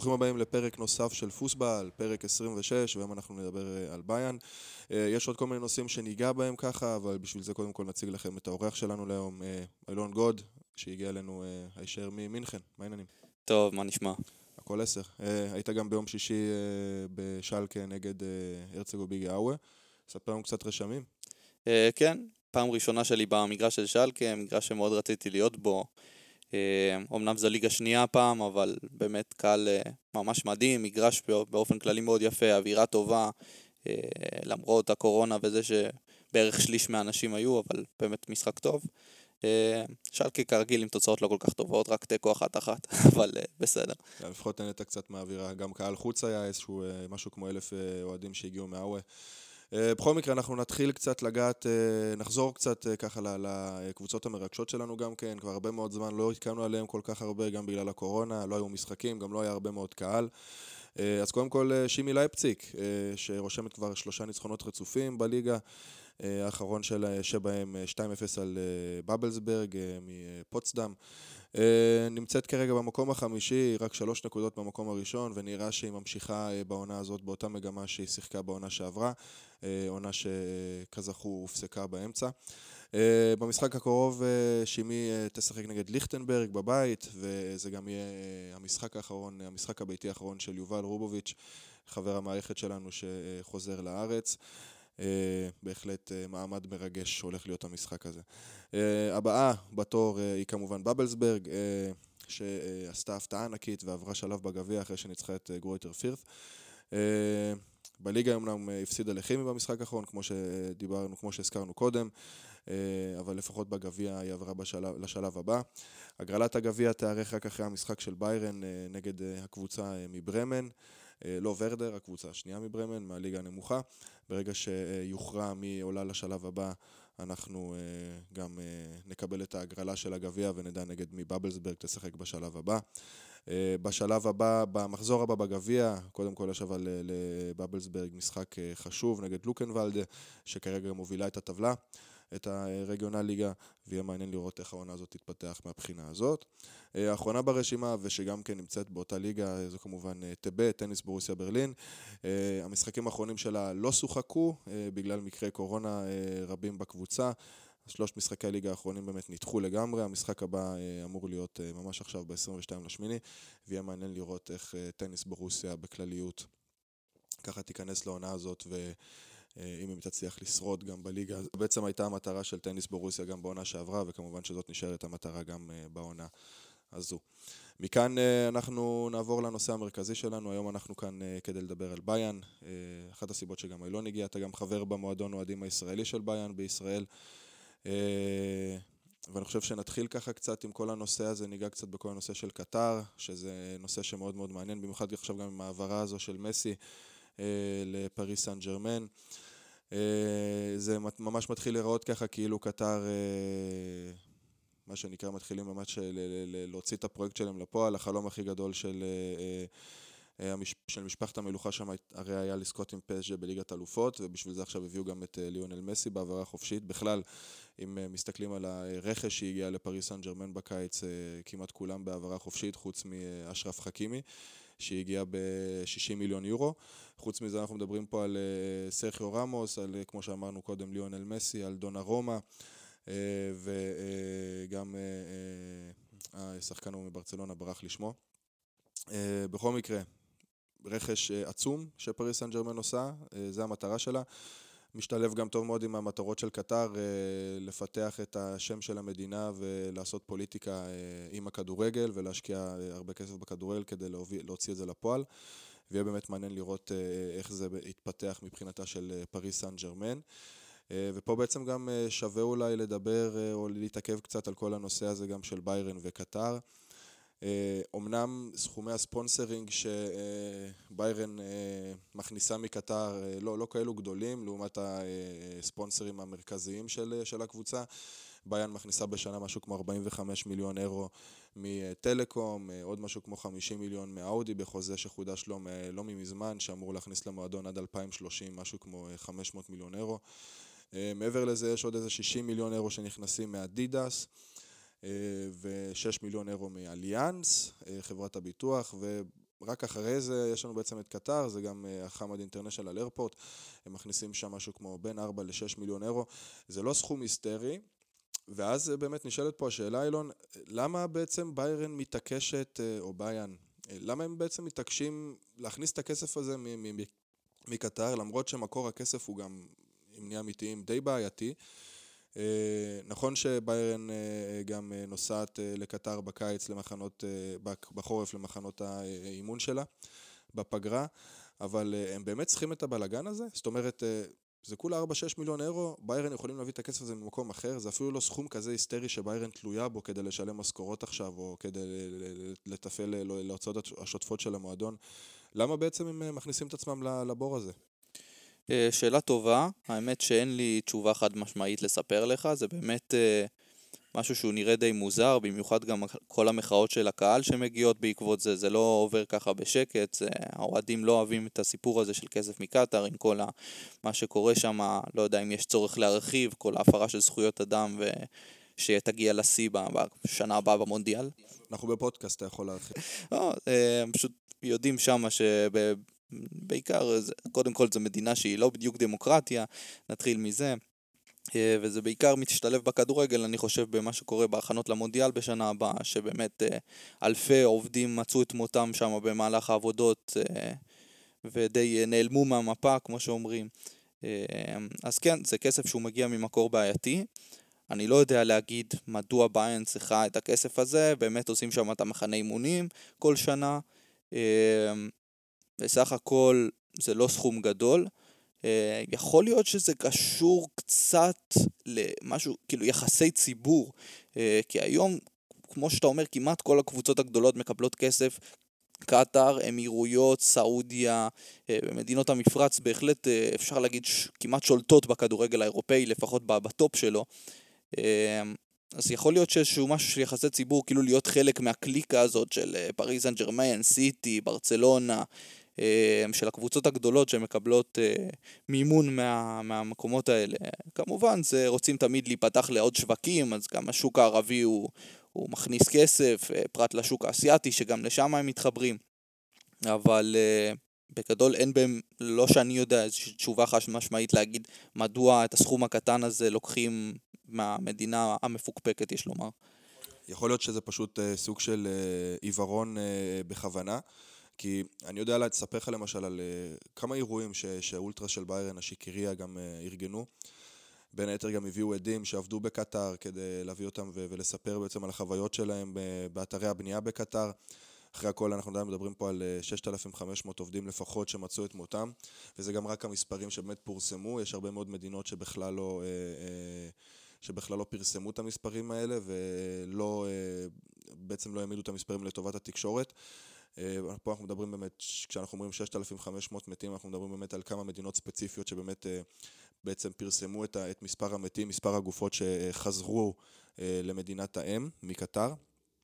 ברוכים הבאים לפרק נוסף של פוסבל, פרק 26, והיום אנחנו נדבר על ביאן. יש עוד כל מיני נושאים שניגע בהם ככה, אבל בשביל זה קודם כל נציג לכם את האורח שלנו להיום, אלון גוד, שהגיע אלינו הישר ממינכן. מה העניינים? טוב, מה נשמע? הכל 10. היית גם ביום שישי בשלקה נגד הרצוג ביגי אאווה. ספר לנו קצת רשמים. כן, פעם ראשונה שלי במגרש של שלקה, מגרש שמאוד רציתי להיות בו. אמנם זו ליגה שנייה פעם, אבל באמת קהל ממש מדהים, מגרש באופן כללי מאוד יפה, אווירה טובה, למרות הקורונה וזה שבערך שליש מהאנשים היו, אבל באמת משחק טוב. שלקה כרגיל עם תוצאות לא כל כך טובות, רק תיקו 1-1, אבל בסדר. לפחות נהנית קצת מהאווירה, גם קהל חוץ היה איזשהו משהו כמו 1,000 אוהדים שהגיעו מאווה. בכל מקרה אנחנו נתחיל קצת לגעת, נחזור קצת ככה לקבוצות המרגשות שלנו גם כן, כבר הרבה מאוד זמן לא התקענו עליהם כל כך הרבה גם בגלל הקורונה, לא היו משחקים, גם לא היה הרבה מאוד קהל. אז קודם כל שימי לייפציג, שרושמת כבר 3 ניצחונות רצופים בליגה, האחרון שבהם 2-0 על בבלסברג מפוצדם. נמצאת כרגע במקום החמישי, רק 3 נקודות במקום הראשון, ונראה שהיא ממשיכה בעונה הזאת באותה מגמה שהיא שיחקה בעונה שעברה, עונה שכזכו הופסקה באמצע. במשחק הקרוב שימי תשחק נגד ליכטנברג בבית, וזה גם יהיה המשחק האחרון, המשחק הביתי האחרון של יובל רובוביץ', חבר המערכת שלנו שחוזר לארץ. בהחלט מעמד מרגש הולך להיות המשחק הזה. הבאה בתור היא כמובן בבלסברג, שעשתה הפתעה ענקית ועברה שלב בגביע אחרי שניצחה את גרויטר פירת'. בליגה אמנם הפסידה לכימי במשחק האחרון, כמו שדיברנו, כמו שהזכרנו קודם, אבל לפחות בגביע היא עברה לשלב הבא. הגרלת הגביע תארך רק אחרי המשחק של ביירן נגד הקבוצה מברמן, לא ורדר, הקבוצה השנייה מברמן, מהליגה הנמוכה. ברגע שיוכרע מי עולה לשלב הבא, אנחנו גם נקבל את ההגרלה של הגביע ונדע נגד מי בבלסברג תשחק בשלב הבא. בשלב הבא, במחזור הבא בגביע, קודם כל יש אבל לבבלסברג משחק חשוב נגד לוקנוולד, שכרגע מובילה את הטבלה, את הרגional ליגה, ויהיה מעניין לראות איך העונה הזאת תתפתח מהבחינה הזאת. האחרונה ברשימה, ושגם כן נמצאת באותה ליגה, זו כמובן טבה, טניס בורוסיה ברלין. המשחקים האחרונים שלה לא שוחקו, בגלל מקרי קורונה רבים בקבוצה. 3 משחקי הליגה האחרונים באמת נדחו לגמרי, המשחק הבא אמור להיות ממש עכשיו ב-22/8, ויהיה מעניין לראות איך טניס ברוסיה בכלליות ככה תיכנס לעונה הזאת, ואם היא תצליח לשרוד גם בליגה. בעצם הייתה המטרה של טניס ברוסיה גם בעונה שעברה, וכמובן שזאת נשארת המטרה גם בעונה הזו. מכאן אנחנו נעבור לנושא המרכזי שלנו. היום אנחנו כאן כדי לדבר על ביאן. אחת הסיבות שגם אילון הגיע, אתה גם חבר במועדון אוהדים הישראלי של ביאן בישראל. ואני חושב שנתחיל ככה קצת עם כל הנושא הזה, ניגע קצת בכל הנושא של קטר, שזה נושא שמאוד מאוד מעניין, במיוחד עכשיו גם עם העברה הזו של מסי לפריס סן ג'רמן. זה ממש מתחיל לראות ככה כאילו קטר, מה שנקרא, מתחילים ממש להוציא את הפרויקט שלהם לפועל. החלום הכי גדול של משפחת המלוכה שם הרי היה לזכות עם PSG בליגת אלופות, ובשביל זה עכשיו הביאו גם את ליונל מסי בעברה חופשית. בכלל, אם מסתכלים על הרכש שהגיע לפריס סן ג'רמן בקיץ, כמעט כולם בעברה חופשית, חוץ מאשרף חכימי, שהגיע ב-60 מיליון יורו. חוץ מזה אנחנו מדברים פה על סרחיו רמוס, על, כמו שאמרנו קודם, ליונל מסי, על דונה רומא, וגם השחקן הוא מברצלונה, ברח לשמו. בכל מקרה, רכש עצום שפריס סן ג'רמן עושה, זה המטרה שלה. משתלב גם טוב מאוד עם המטרות של קטר, לפתח את השם של המדינה ולעשות פוליטיקה עם הכדורגל ולהשקיע הרבה כסף בכדורגל כדי להוציא את זה לפועל. ויהיה באמת מעניין לראות איך זה יתפתח מבחינתה של פריס סן ג'רמן. ופה בעצם גם שווה אולי לדבר או להתעכב קצת על כל הנושא הזה גם של ביירן וקטר. אמנם סכומי הספונסרינג שביירן מכניסה מקטר לא כאלו גדולים לעומת הספונסרים המרכזיים של הקבוצה. ביירן מכניסה בשנה משהו כמו 45 מיליון אירו מטלקום, עוד משהו כמו 50 מיליון מאאודי בחוזה שחודש לו לא ממזמן, שאמור להכניס למועדון עד 2030 משהו כמו 500 מיליון אירו. מעבר לזה יש עוד איזה 60 מיליון אירו שנכנסים מאדידס, ו6 מיליון אירו מאליאנס, חברת הביטוח, רק אחרי זה יש לנו בעצם את קטר, זה גם החמד אינטרנשיונל איירפורט, הם מכניסים שם משהו כמו בין 4 ל-6 מיליון אירו, זה לא סכום היסטרי, ואז באמת נשאלת פה השאלה, אילון, למה בעצם ביירן מתעקשת, או ביין, למה הם בעצם מתעקשים להכניס את הכסף הזה מקטר, למרות שמקור הכסף הוא גם, אם נהיה אמיתיים, די בעייתי. נכון שביירן גם נוסעת לקטר בקיץ למחנות, בחורף למחנות האימון שלה, בפגרה, אבל הם באמת צריכים את הבלגן הזה? זאת אומרת, זה כולה 4-6 מיליון אירו, ביירן יכולים להביא את הכסף הזה ממקום אחר, זה אפילו לא סכום כזה היסטרי שביירן תלויה בו כדי לשלם משכורות עכשיו, או כדי לטפל להוצאות השוטפות של המועדון. למה בעצם הם מכניסים את עצמם לבור הזה? שאלה טובה, האמת שאין לי תשובה חד משמעית לספר לך, זה באמת משהו שהוא נראה די מוזר, במיוחד גם כל המחאות של הקהל שמגיעות בעקבות זה, זה לא עובר ככה בשקט, האוהדים לא אוהבים את הסיפור הזה של כסף מקטר, עם כל מה שקורה שם, לא יודע אם יש צורך להרחיב, כל ההפרה של זכויות אדם שתגיע לשיא בשנה הבאה במונדיאל. אנחנו בפודקאסט, אתה יכול להרחיב. פשוט יודעים שם בעיקר, קודם כל זו מדינה שהיא לא בדיוק דמוקרטיה, נתחיל מזה, וזה בעיקר משתלב בכדורגל, אני חושב, במה שקורה בהכנות למונדיאל בשנה הבאה, שבאמת אלפי עובדים מצאו את מותם שם במהלך העבודות, ודי נעלמו מהמפה, כמו שאומרים. אז כן, זה כסף שהוא מגיע ממקור בעייתי, אני לא יודע להגיד מדוע ביין צריכה את הכסף הזה, באמת עושים שם את המחנה אימונים כל שנה, בסך הכל זה לא סכום גדול, יכול להיות שזה קשור קצת למשהו, כאילו יחסי ציבור, כי היום, כמו שאתה אומר, כמעט כל הקבוצות הגדולות מקבלות כסף, קטר, אמירויות, סעודיה, מדינות המפרץ בהחלט אפשר להגיד כמעט שולטות בכדורגל האירופאי, לפחות בטופ שלו, אז יכול להיות שאיזשהו משהו של יחסי ציבור, כאילו להיות חלק מהקליקה הזאת של פריז סן ז'רמן, סיטי, ברצלונה, של הקבוצות הגדולות שמקבלות מימון מהמקומות האלה. כמובן, זה רוצים תמיד להיפתח לעוד שווקים, אז גם השוק הערבי הוא מכניס כסף, פרט לשוק האסייתי, שגם לשם הם מתחברים. אבל בגדול אין בהם, לא שאני יודע, איזושהי תשובה חד משמעית להגיד מדוע את הסכום הקטן הזה לוקחים מהמדינה המפוקפקת, יש לומר. יכול להיות שזה פשוט סוג של עיוורון בכוונה, כי אני יודע לספר לך למשל על כמה אירועים שהאולטרה של ביירן השיקריה גם ארגנו. בין היתר גם הביאו עדים שעבדו בקטר כדי להביא אותם ולספר בעצם על החוויות שלהם באתרי הבנייה בקטר. אחרי הכל אנחנו מדברים פה על 6,500 עובדים לפחות שמצאו את מותם, וזה גם רק המספרים שבאמת פורסמו. יש הרבה מאוד מדינות שבכלל לא פרסמו את המספרים האלה בעצם לא העמידו את המספרים לטובת התקשורת. פה אנחנו מדברים באמת, כשאנחנו אומרים 6,500 מתים, אנחנו מדברים באמת על כמה מדינות ספציפיות שבאמת בעצם פרסמו את מספר המתים, מספר הגופות שחזרו למדינת האם מקטר.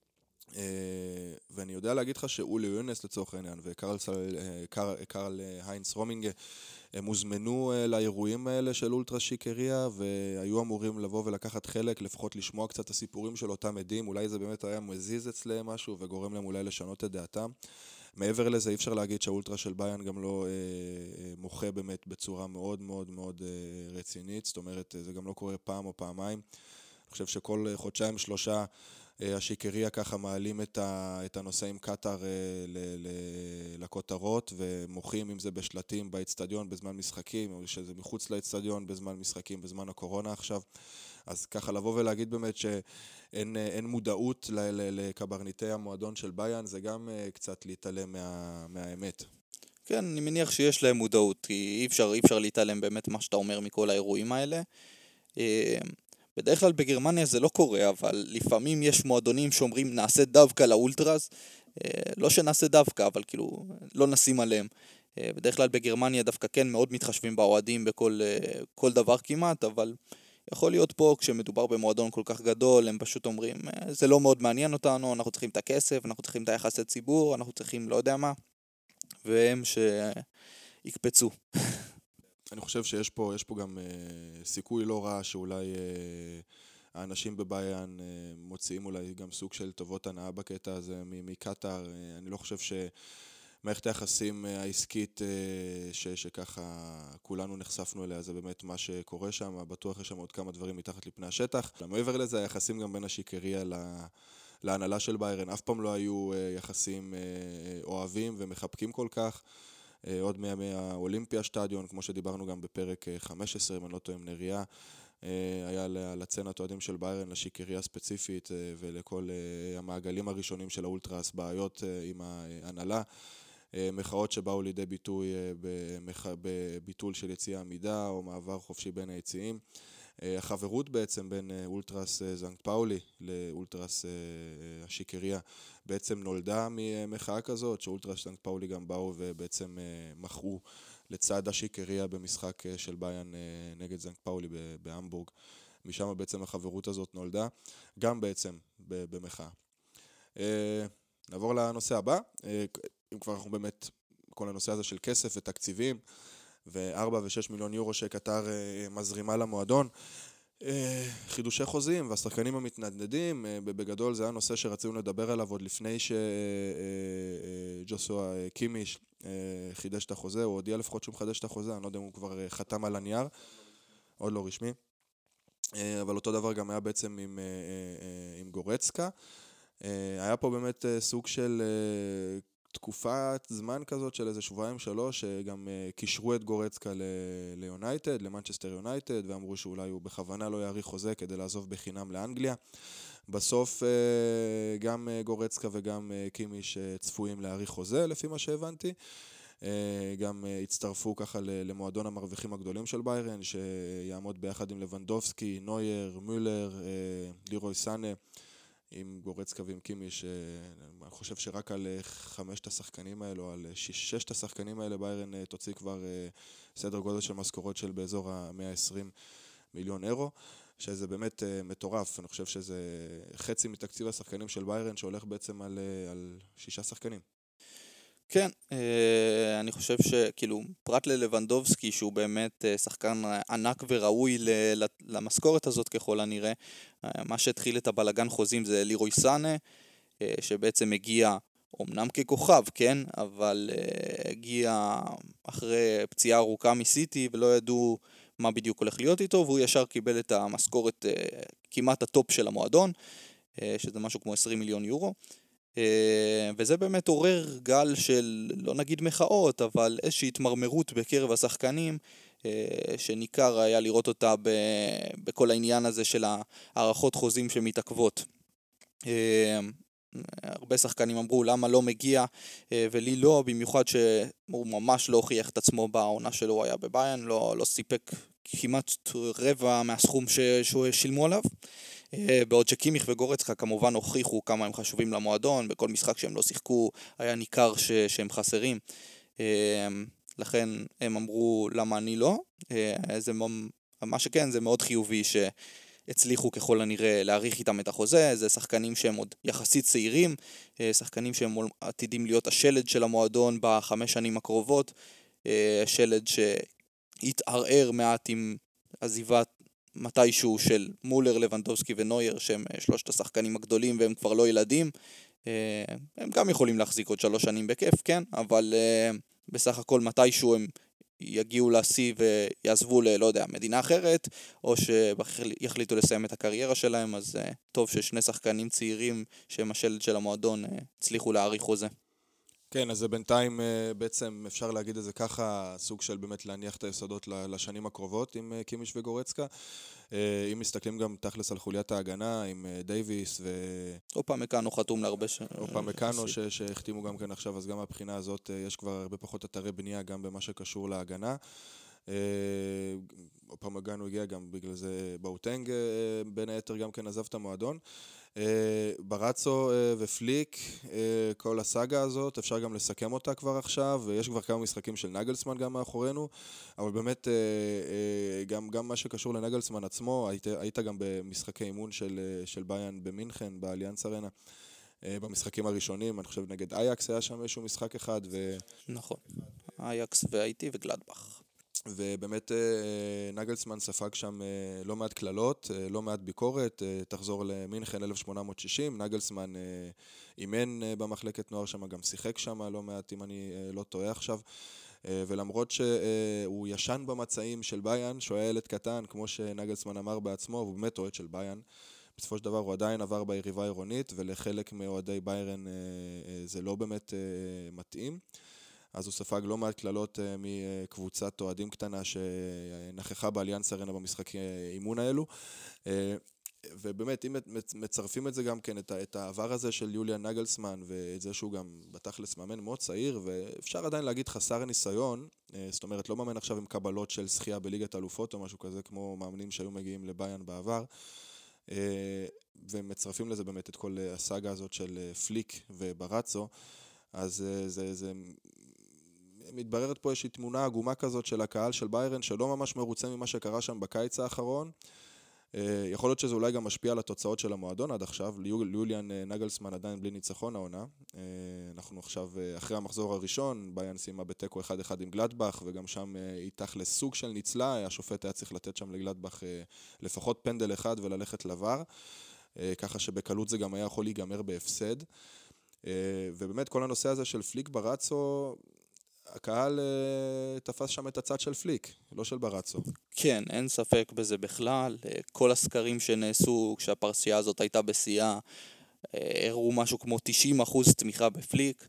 ואני יודע להגיד לך שאולי יונס לצורך העניין וקרל היינץ רומינגה הם הוזמנו לאירועים האלה של אולטרה שיקריה והיו אמורים לבוא ולקחת חלק, לפחות לשמוע קצת הסיפורים של אותם עדים, אולי זה באמת היה מזיז אצלם משהו וגורם להם אולי לשנות את דעתם. מעבר לזה אי אפשר להגיד שהאולטרה של ביין גם לא מוחה באמת בצורה מאוד מאוד מאוד רצינית, זאת אומרת זה גם לא קורה פעם או פעמיים. אני חושב שכל חודשיים שלושה השיקריה ככה מעלים את הנושא עם קטר לכותרות ומוחים אם זה בשלטים באצטדיון בזמן משחקים או שזה מחוץ לאצטדיון בזמן משחקים בזמן הקורונה עכשיו. אז ככה לבוא ולהגיד באמת שאין מודעות לקברניטי המועדון של ביין זה גם קצת להתעלם מהאמת. כן, אני מניח שיש להם מודעות, כי אי אפשר להתעלם באמת מה שאתה אומר מכל האירועים האלה. בדרך כלל בגרמניה זה לא קורה, אבל לפעמים יש מועדונים שאומרים נעשה דווקא לאולטרס, לא שנעשה דווקא, אבל כאילו לא נשים עליהם. בדרך כלל בגרמניה דווקא כן מאוד מתחשבים באוהדים בכל דבר כמעט, אבל יכול להיות פה כשמדובר במועדון כל כך גדול, הם פשוט אומרים זה לא מאוד מעניין אותנו, אנחנו צריכים את הכסף, אנחנו צריכים את היחסי ציבור, אנחנו צריכים לא יודע מה, והם שיקפצו. אני חושב שיש פה גם סיכוי לא רע שאולי האנשים בביין מוציאים אולי גם סוג של טובות הנאה בקטע הזה מקטר. אני לא חושב מערכת היחסים העסקית שככה כולנו נחשפנו אליה, זה באמת מה שקורה שם, בטוח יש שם עוד כמה דברים מתחת לפני השטח. מעבר לזה, היחסים גם בין השיקריה להנהלה של ביירן, אף פעם לא היו יחסים אוהבים ומחבקים כל כך. עוד מימי האולימפיה שטדיון, כמו שדיברנו גם בפרק 15, אם אני לא טועה עם נריה, היה לצנת אוהדים של ביירן, לשיקריה ספציפית ולכל המעגלים הראשונים של האולטרס, בעיות עם ההנהלה, מחאות שבאו לידי ביטוי בביטול של יציאה עמידה או מעבר חופשי בין היציאים. החברות בעצם בין אולטרס זנקט פאולי לאולטרס השיקריה בעצם נולדה ממחאה כזאת, שאולטרס זנקט פאולי גם באו ובעצם מחאו לצד השיקריה במשחק של ביירן נגד זנקט פאולי בהמבורג. משם בעצם החברות הזאת נולדה, גם בעצם במחאה. נעבור לנושא הבא, אם כבר אנחנו באמת, כל הנושא הזה של כסף ותקציבים, ו4 ו6 מיליון יורו שקטר מזרימה למועדון, חידושי חוזים והשחקנים המתנדנדים, בגדול זה היה נושא שרצינו לדבר עליו עוד לפני שג'וסואה קימיש חידש את החוזה, הוא הודיע לפחות שהוא מחדש את החוזה, אני לא יודע אם הוא כבר חתם על הנייר, עוד לא רשמי, אבל אותו דבר גם היה בעצם עם גורצקה. היה פה באמת סוג של תקופת זמן כזאת של איזה שבועיים שלוש, שגם קישרו את גורצקה ליונייטד, למנצ'סטר יונייטד, ואמרו שאולי הוא בכוונה לא יאריך חוזה כדי לעזוב בחינם לאנגליה. בסוף גם גורצקה וגם קימיש צפויים להאריך חוזה, לפי מה שהבנתי. גם הצטרפו ככה למועדון המרוויחים הגדולים של ביירן, שיעמוד ביחד עם לבנדובסקי, נויר, מולר, לירוי סאנה, עם גורצקה ועם קימיש. אני חושב שרק על 5 השחקנים האלה, או על 6 השחקנים האלה, ביירן תוציא כבר סדר גודל של משכורות של באזור ה-120 מיליון אירו, שזה באמת מטורף. אני חושב שזה חצי מתקציב השחקנים של ביירן, שהולך בעצם על 6 שחקנים. כן, אני חושב שכאילו פרט ללבנדובסקי שהוא באמת שחקן ענק וראוי למשכורת הזאת ככל הנראה, מה שהתחיל את הבלגן חוזים זה לירוי סאנה, שבעצם הגיע אומנם ככוכב, כן, אבל הגיע אחרי פציעה ארוכה מסיטי ולא ידעו מה בדיוק הולך להיות איתו, והוא ישר קיבל את המשכורת כמעט הטופ של המועדון, שזה משהו כמו 20 מיליון יורו. וזה באמת עורר גל של, לא נגיד מחאות, אבל איזושהי התמרמרות בקרב השחקנים, שניכר היה לראות אותה בכל העניין הזה של הערכות חוזים שמתעכבות. הרבה שחקנים אמרו למה לא מגיע ולי לא, במיוחד שהוא ממש לא הוכיח את עצמו בעונה שלו, הוא היה בביירן, לא סיפק כמעט רבע מהסכום ששילמו עליו. בעוד שקימיך וגורצקה כמובן הוכיחו כמה הם חשובים למועדון, בכל משחק שהם לא שיחקו היה ניכר שהם חסרים, לכן הם אמרו למה אני לא. מה שכן, זה מאוד חיובי שהצליחו ככל הנראה להאריך איתם את החוזה. זה שחקנים שהם עוד יחסית צעירים, שחקנים שהם עתידים להיות השלד של המועדון ב5 שנים הקרובות, שלד שהתערער מעט עם עזיבת מתישהו של מולר, לבנדובסקי ונויר, שהם 3 השחקנים הגדולים והם כבר לא ילדים. הם גם יכולים להחזיק עוד 3 שנים בכיף, כן, אבל בסך הכל מתישהו הם יגיעו לשיא ויעזבו לא יודע, מדינה אחרת, או שיחליטו לסיים את הקריירה שלהם. אז טוב ששני שחקנים צעירים שהם השלד של המועדון הצליחו להאריך חוזה. כן, אז זה בינתיים בעצם אפשר להגיד את זה ככה, סוג של באמת להניח את היסודות לשנים הקרובות עם קימיש וגורצקה. אם מסתכלים גם תכלס על חוליית ההגנה עם דייביס אופמקאנו חתום להרבה אופמקאנו שהחתימו גם כן עכשיו, אז גם מהבחינה הזאת יש כבר הרבה פחות אתרי בנייה גם במה שקשור להגנה. אופמקאנו הגיע גם בגלל זה באוטנג בין היתר גם כן עזב את המועדון. ברצו ופליק, כל הסאגה הזאת, אפשר גם לסכם אותה כבר עכשיו, ויש כבר כמה משחקים של נגלסמן גם מאחורינו, אבל באמת גם מה שקשור לנגלסמן עצמו, היית גם במשחקי אימון של ביירן במינכן, באליאנס ארנה, במשחקים הראשונים, אני חושב נגד אייקס היה שם איזשהו משחק אחד. נכון, אייקס והייתי וגלדבך. ובאמת נגלסמן ספג שם לא מעט קללות, לא מעט ביקורת, תחזור למינכן 1860, נגלסמן אימן במחלקת נוער שם, גם שיחק שם לא מעט, אם אני לא טועה עכשיו, ולמרות שהוא ישן במצעים של ביין, שהוא היה ילד קטן, כמו שנגלסמן אמר בעצמו, והוא באמת אוהד של ביין, בסופו של דבר הוא עדיין עבר ביריבה עירונית, ולחלק מאוהדי ביירן זה לא באמת מתאים. אז הוא ספג לא מעט קללות מקבוצת אוהדים קטנה שנכחה באליאנס ארנה במשחקי אימון האלו. ובאמת, אם מצרפים את זה גם כן, את העבר הזה של יוליאן נגלסמן, ואת זה שהוא גם בתכלס מאמן מאוד צעיר, ואפשר עדיין להגיד חסר ניסיון, זאת אומרת, לא מאמן עכשיו עם קבלות של שחייה בליגת אלופות או משהו כזה, כמו מאמנים שהיו מגיעים לביין בעבר, ומצרפים לזה באמת את כל הסאגה הזאת של פליק וברצו, אז זה מתבררת פה איזושהי תמונה עגומה כזאת של הקהל של ביירן, שלא ממש מרוצה ממה שקרה שם בקיץ האחרון. יכול להיות שזה אולי גם משפיע על התוצאות של המועדון עד עכשיו. יוליאן נגלסמן עדיין בלי ניצחון העונה. אנחנו עכשיו אחרי המחזור הראשון, ביירן סיימה בתיקו 1-1 עם גלדבך, וגם שם איתך לסוג של ניצלה, השופט היה צריך לתת שם לגלדבך לפחות פנדל אחד וללכת לבר, ככה שבקלות זה גם היה יכול להיגמר בהפסד. ובאמת כל הנושא הזה של פליק ברצו, הקהל תפס שם את הצד של פליק, לא של ברצו. כן, אין ספק בזה בכלל. כל הסקרים שנעשו כשהפרשייה הזאת הייתה בשיאה, הראו משהו כמו 90% תמיכה בפליק.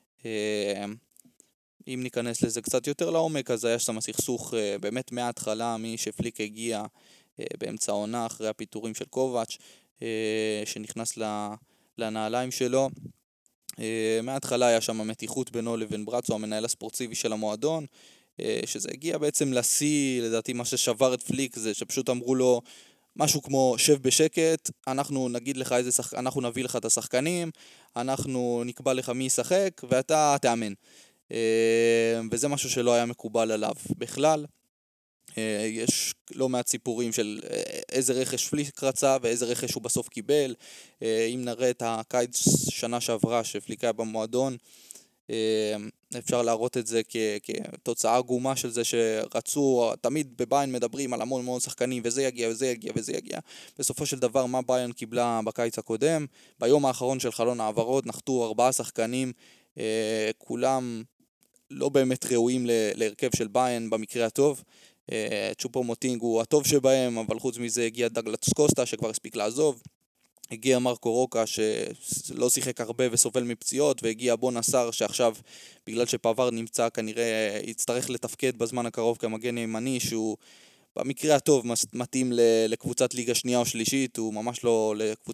אם ניכנס לזה קצת יותר לעומק, אז היה שם סכסוך באמת מההתחלה, מי שפליק הגיע באמצע העונה אחרי הפיטורים של קובץ', שנכנס לנעליים שלו. מההתחלה היה שם מתיחות בינו לבין ברצו, המנהל הספורטיבי של המועדון, שזה הגיע בעצם לשיא, לדעתי מה ששבר את פליק זה שפשוט אמרו לו משהו כמו שב בשקט, אנחנו נגיד לך אנחנו נביא לך את השחקנים, אנחנו נקבע לך מי ישחק ואתה תאמן. וזה משהו שלא היה מקובל עליו בכלל. יש לא מעט סיפורים של איזה רכש פליק רצה ואיזה רכש הוא בסוף קיבל. אם נראה את הקיץ שנה שעברה שפליק היה במועדון, אפשר להראות את זה כתוצאה עגומה של זה שרצו, תמיד בביין מדברים על המון מאוד שחקנים, וזה יגיע וזה יגיע וזה יגיע. בסופו של דבר מה ביין קיבלה בקיץ הקודם? ביום האחרון של חלון העברות נחתו 4 שחקנים, כולם לא באמת ראויים להרכב של ביין במקרה הטוב. צ'ופו מוטינג הוא הטוב שבהם, אבל חוץ מזה הגיע דגלס קוסטה שכבר הספיק לעזוב, הגיע מרקו רוקה שלא שיחק הרבה וסובל מפציעות, והגיע בון אסר שעכשיו בגלל שפאבר נמצא כנראה יצטרך לתפקד בזמן הקרוב כמגן ימני, שהוא במקרה הטוב מתאים לקבוצת ליגה שנייה או שלישית, הוא ממש לא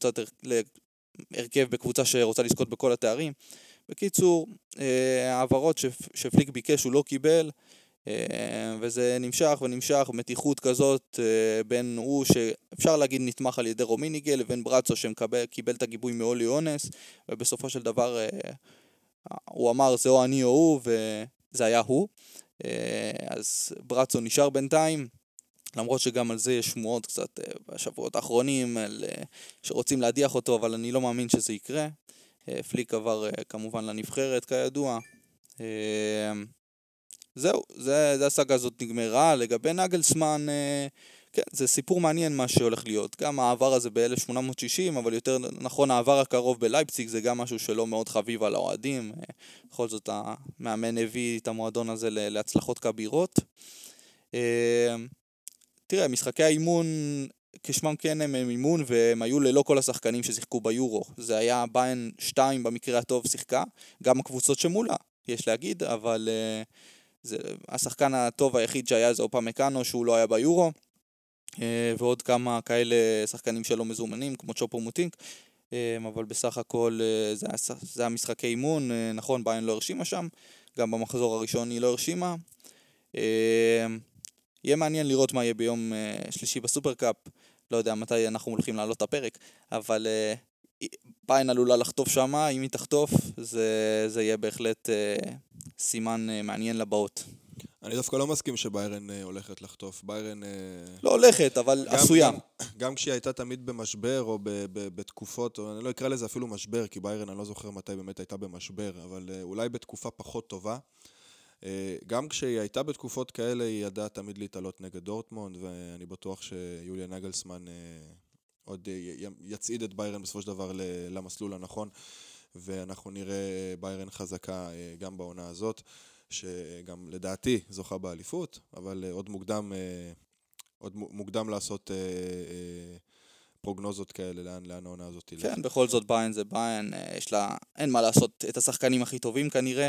להרכב בקבוצה שרוצה לזכות בכל התארים. בקיצור, העברות שפליק ביקש הוא לא קיבל, וזה נמשך ונמשך, מתיחות כזאת בין הוא שאפשר להגיד נתמך על ידי רומיניגל לבין ברצו שקיבל את הגיבוי מאולי אונס, ובסופו של דבר הוא אמר זה או אני או הוא, וזה היה הוא. אז ברצו נשאר בינתיים, למרות שגם על זה יש שמועות קצת בשבועות האחרונים שרוצים להדיח אותו, אבל אני לא מאמין שזה יקרה. פליק עבר כמובן לנבחרת כידוע. זהו, זה הסאגה הזאת נגמרה. לגבי נגלסמן, כן, זה סיפור מעניין מה שהולך להיות. גם העבר הזה ב-1860, אבל יותר נכון העבר הקרוב בלייפציג, זה גם משהו שלא מאוד חביב על האוהדים. בכל זאת המאמן הביא את המועדון הזה להצלחות כבירות. תראה, משחקי האימון כשמם כן הם אימון, והם היו ללא כל השחקנים ששיחקו ביורו. זה היה ביין 2 במקרה הטוב שיחקה, גם הקבוצות שמולה, יש להגיד, אבל זה השחקן הטוב היחיד שהיה זה אופמקאנו שהוא לא היה ביורו, ועוד כמה כאלה שחקנים שלא מזומנים כמו צ'ופו מוטינק, אבל בסך הכל זה המשחקי אימון. נכון, ביין לא הרשימה שם, גם במחזור הראשון היא לא הרשימה. יהיה מעניין לראות מה יהיה ביום שלישי בסופרקאפ, לא יודע מתי אנחנו הולכים לעלות את הפרק, אבל ביין עלולה לחטוף שמה, אם היא תחטוף זה יהיה בהחלט סימן מעניין לבאות. אני דווקא לא מסכים שביירן הולכת לחטוף. ביירן לא הולכת, אבל עשויה. גם כשהיא הייתה תמיד במשבר או בתקופות, או אני לא אקרא לזה אפילו משבר, כי ביירן אני לא זוכר מתי באמת הייתה במשבר, אבל אולי בתקופה פחות טובה. גם כשהיא הייתה בתקופות כאלה, היא ידעה תמיד להתעלות נגד דורטמונד, ואני בטוח שיוליה נגלסמן עוד יצעיד את ביירן בסופו של דבר למסלול הנכון, ואנחנו נראה ביירן חזקה גם בעונה הזאת, שגם לדעתי זוכה באליפות, אבל עוד מוקדם לעשות פרוגנוזות כאלה, לאן העונה הזאת תלך. כן, בכל זאת ביירן זה ביירן, יש לה, אין מה לעשות, את השחקנים הכי טובים כנראה,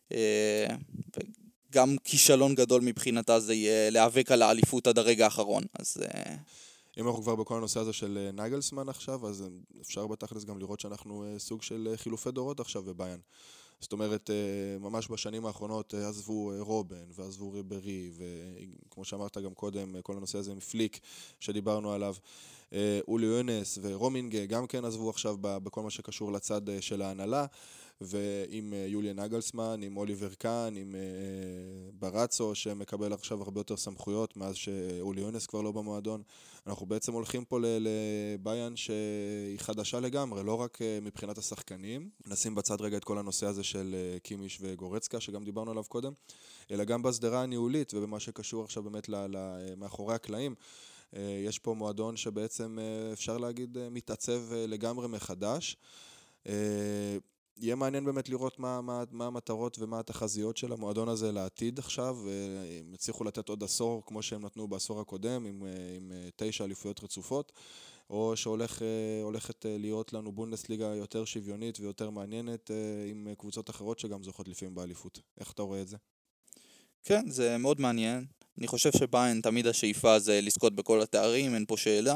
וגם כישלון גדול מבחינתה זה יהיה להיאבק על האליפות עד הרגע האחרון, אז... אם אנחנו כבר בכל הנושא הזה של נגלסמן עכשיו, אז אפשר בתכלס גם לראות שאנחנו סוג של חילופי דורות עכשיו בביירן. זאת אומרת, ממש בשנים האחרונות עזבו רובן ועזבו ריברי, וכמו שאמרת גם קודם, כל הנושא הזה מפליק שדיברנו עליו, אולי יונס ורומינגה גם כן עזבו עכשיו בכל מה שקשור לצד של ההנהלה, ועם יוליה נגלסמן, עם אוליבר קאן, עם ברצו שמקבל עכשיו הרבה יותר סמכויות מאז שאולי יונס כבר לא במועדון. אנחנו בעצם הולכים פה לביירן שהיא חדשה לגמרי, לא רק מבחינת השחקנים, נשים בצד רגע את כל הנושא הזה של קימיש וגורצקה שגם דיברנו עליו קודם, אלא גם בסדרה הניהולית ובמה שקשור עכשיו באמת מאחורי הקלעים. יש פה מועדון שבעצם אפשר להגיד מתעצב לגמרי מחדש. יהיה מעניין באמת לראות מה המטרות ומה התחזיות של המועדון הזה לעתיד עכשיו. הם הצליחו לתת עוד עשור כמו שהם נתנו בעשור הקודם עם 9 אליפויות רצופות, או שהולכת להיות לנו בונדסליגה יותר שוויונית ויותר מעניינת עם קבוצות אחרות שגם זוכות לפעמים באליפות. איך אתה רואה את זה? כן, זה מאוד מעניין. אני חושב שביירן תמיד השאיפה זה לזכות בכל התארים, אין פה שאלה.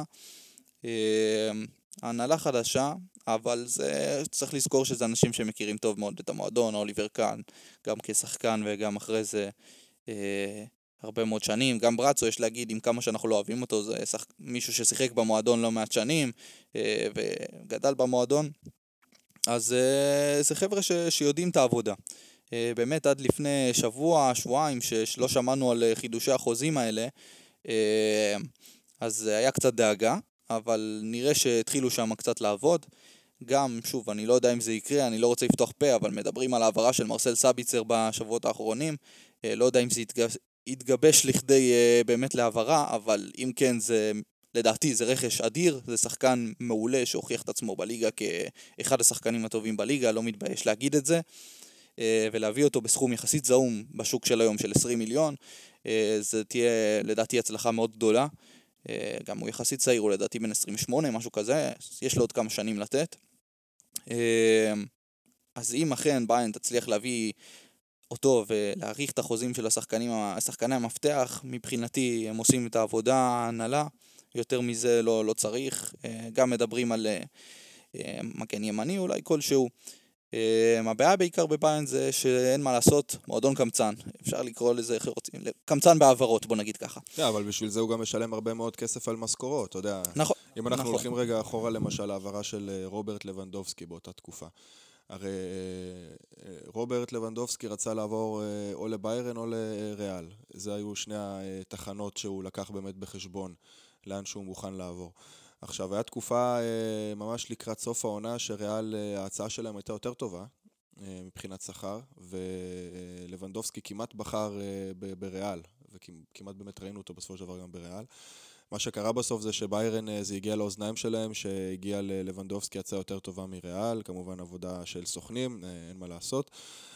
ההנהלה חדשה, אבל צריך לזכור שזה אנשים שמכירים טוב מאוד את המועדון, אוליבר קאן, גם כשחקן וגם אחרי זה הרבה מאוד שנים. גם ברצו, יש להגיד, עם כמה שאנחנו לא אוהבים אותו, זה מישהו ששיחק במועדון לא מעט שנים וגדל במועדון. אז זה חבר'ה שיודעים את העבודה. באמת עד לפני שבוע, שבועיים, שלא שמענו על חידושי החוזים האלה, אז היה קצת דאגה, אבל נראה שהתחילו שם קצת לעבוד. גם, שוב, אני לא יודע אם זה יקרה, אני לא רוצה לפתוח פה, אבל מדברים על העברה של מרסל סאביצר בשבועות האחרונים. לא יודע אם זה יתגבש לכדי באמת לעברה, אבל אם כן, לדעתי זה רכש אדיר, זה שחקן מעולה שהוכיח את עצמו בליגה כאחד השחקנים הטובים בליגה, לא מתבייש להגיד את זה. ולהביא אותו בסכום יחסית זעום בשוק של היום של 20 מיליון, זה תהיה לדעתי הצלחה מאוד גדולה. גם הוא יחסית צעיר, הוא לדעתי בן 28, משהו כזה, יש לו עוד כמה שנים לתת. אז אם אכן ביירן תצליח להביא אותו ולהאריך את החוזים של השחקני המפתח, מבחינתי הם עושים את העבודה ההנהלה, יותר מזה לא צריך. גם מדברים על מגן ימני אולי כלשהו. הבעיה בעיקר בביירן זה שאין מה לעשות, מועדון קמצן, אפשר לקרוא לזה קמצן בעברות, בוא נגיד ככה. אבל בשביל זה הוא גם משלם הרבה מאוד כסף על משכורות, אתה יודע. נכון. אם אנחנו הולכים רגע אחורה למשל העברה של רוברט לבנדובסקי באותה תקופה. הרי רוברט לבנדובסקי רצה לעבור או לביירן או לריאל. זה היו שני התחנות שהוא לקח באמת בחשבון לאן שהוא מוכן לעבור. עכשיו, הייתה תקופה ממש לקראת סוף העונה שריאל, ההצעה שלהם הייתה יותר טובה מבחינת שכר, ולבנדובסקי כמעט בחר בריאל, וכמעט באמת ראינו אותו בסופו של דבר גם בריאל. מה שקרה בסוף זה שביירן זה הגיע לאוזניים שלהם, שהגיע ללבנדובסקי הצעה יותר טובה מריאל, כמובן עבודה של סוכנים, אין מה לעשות,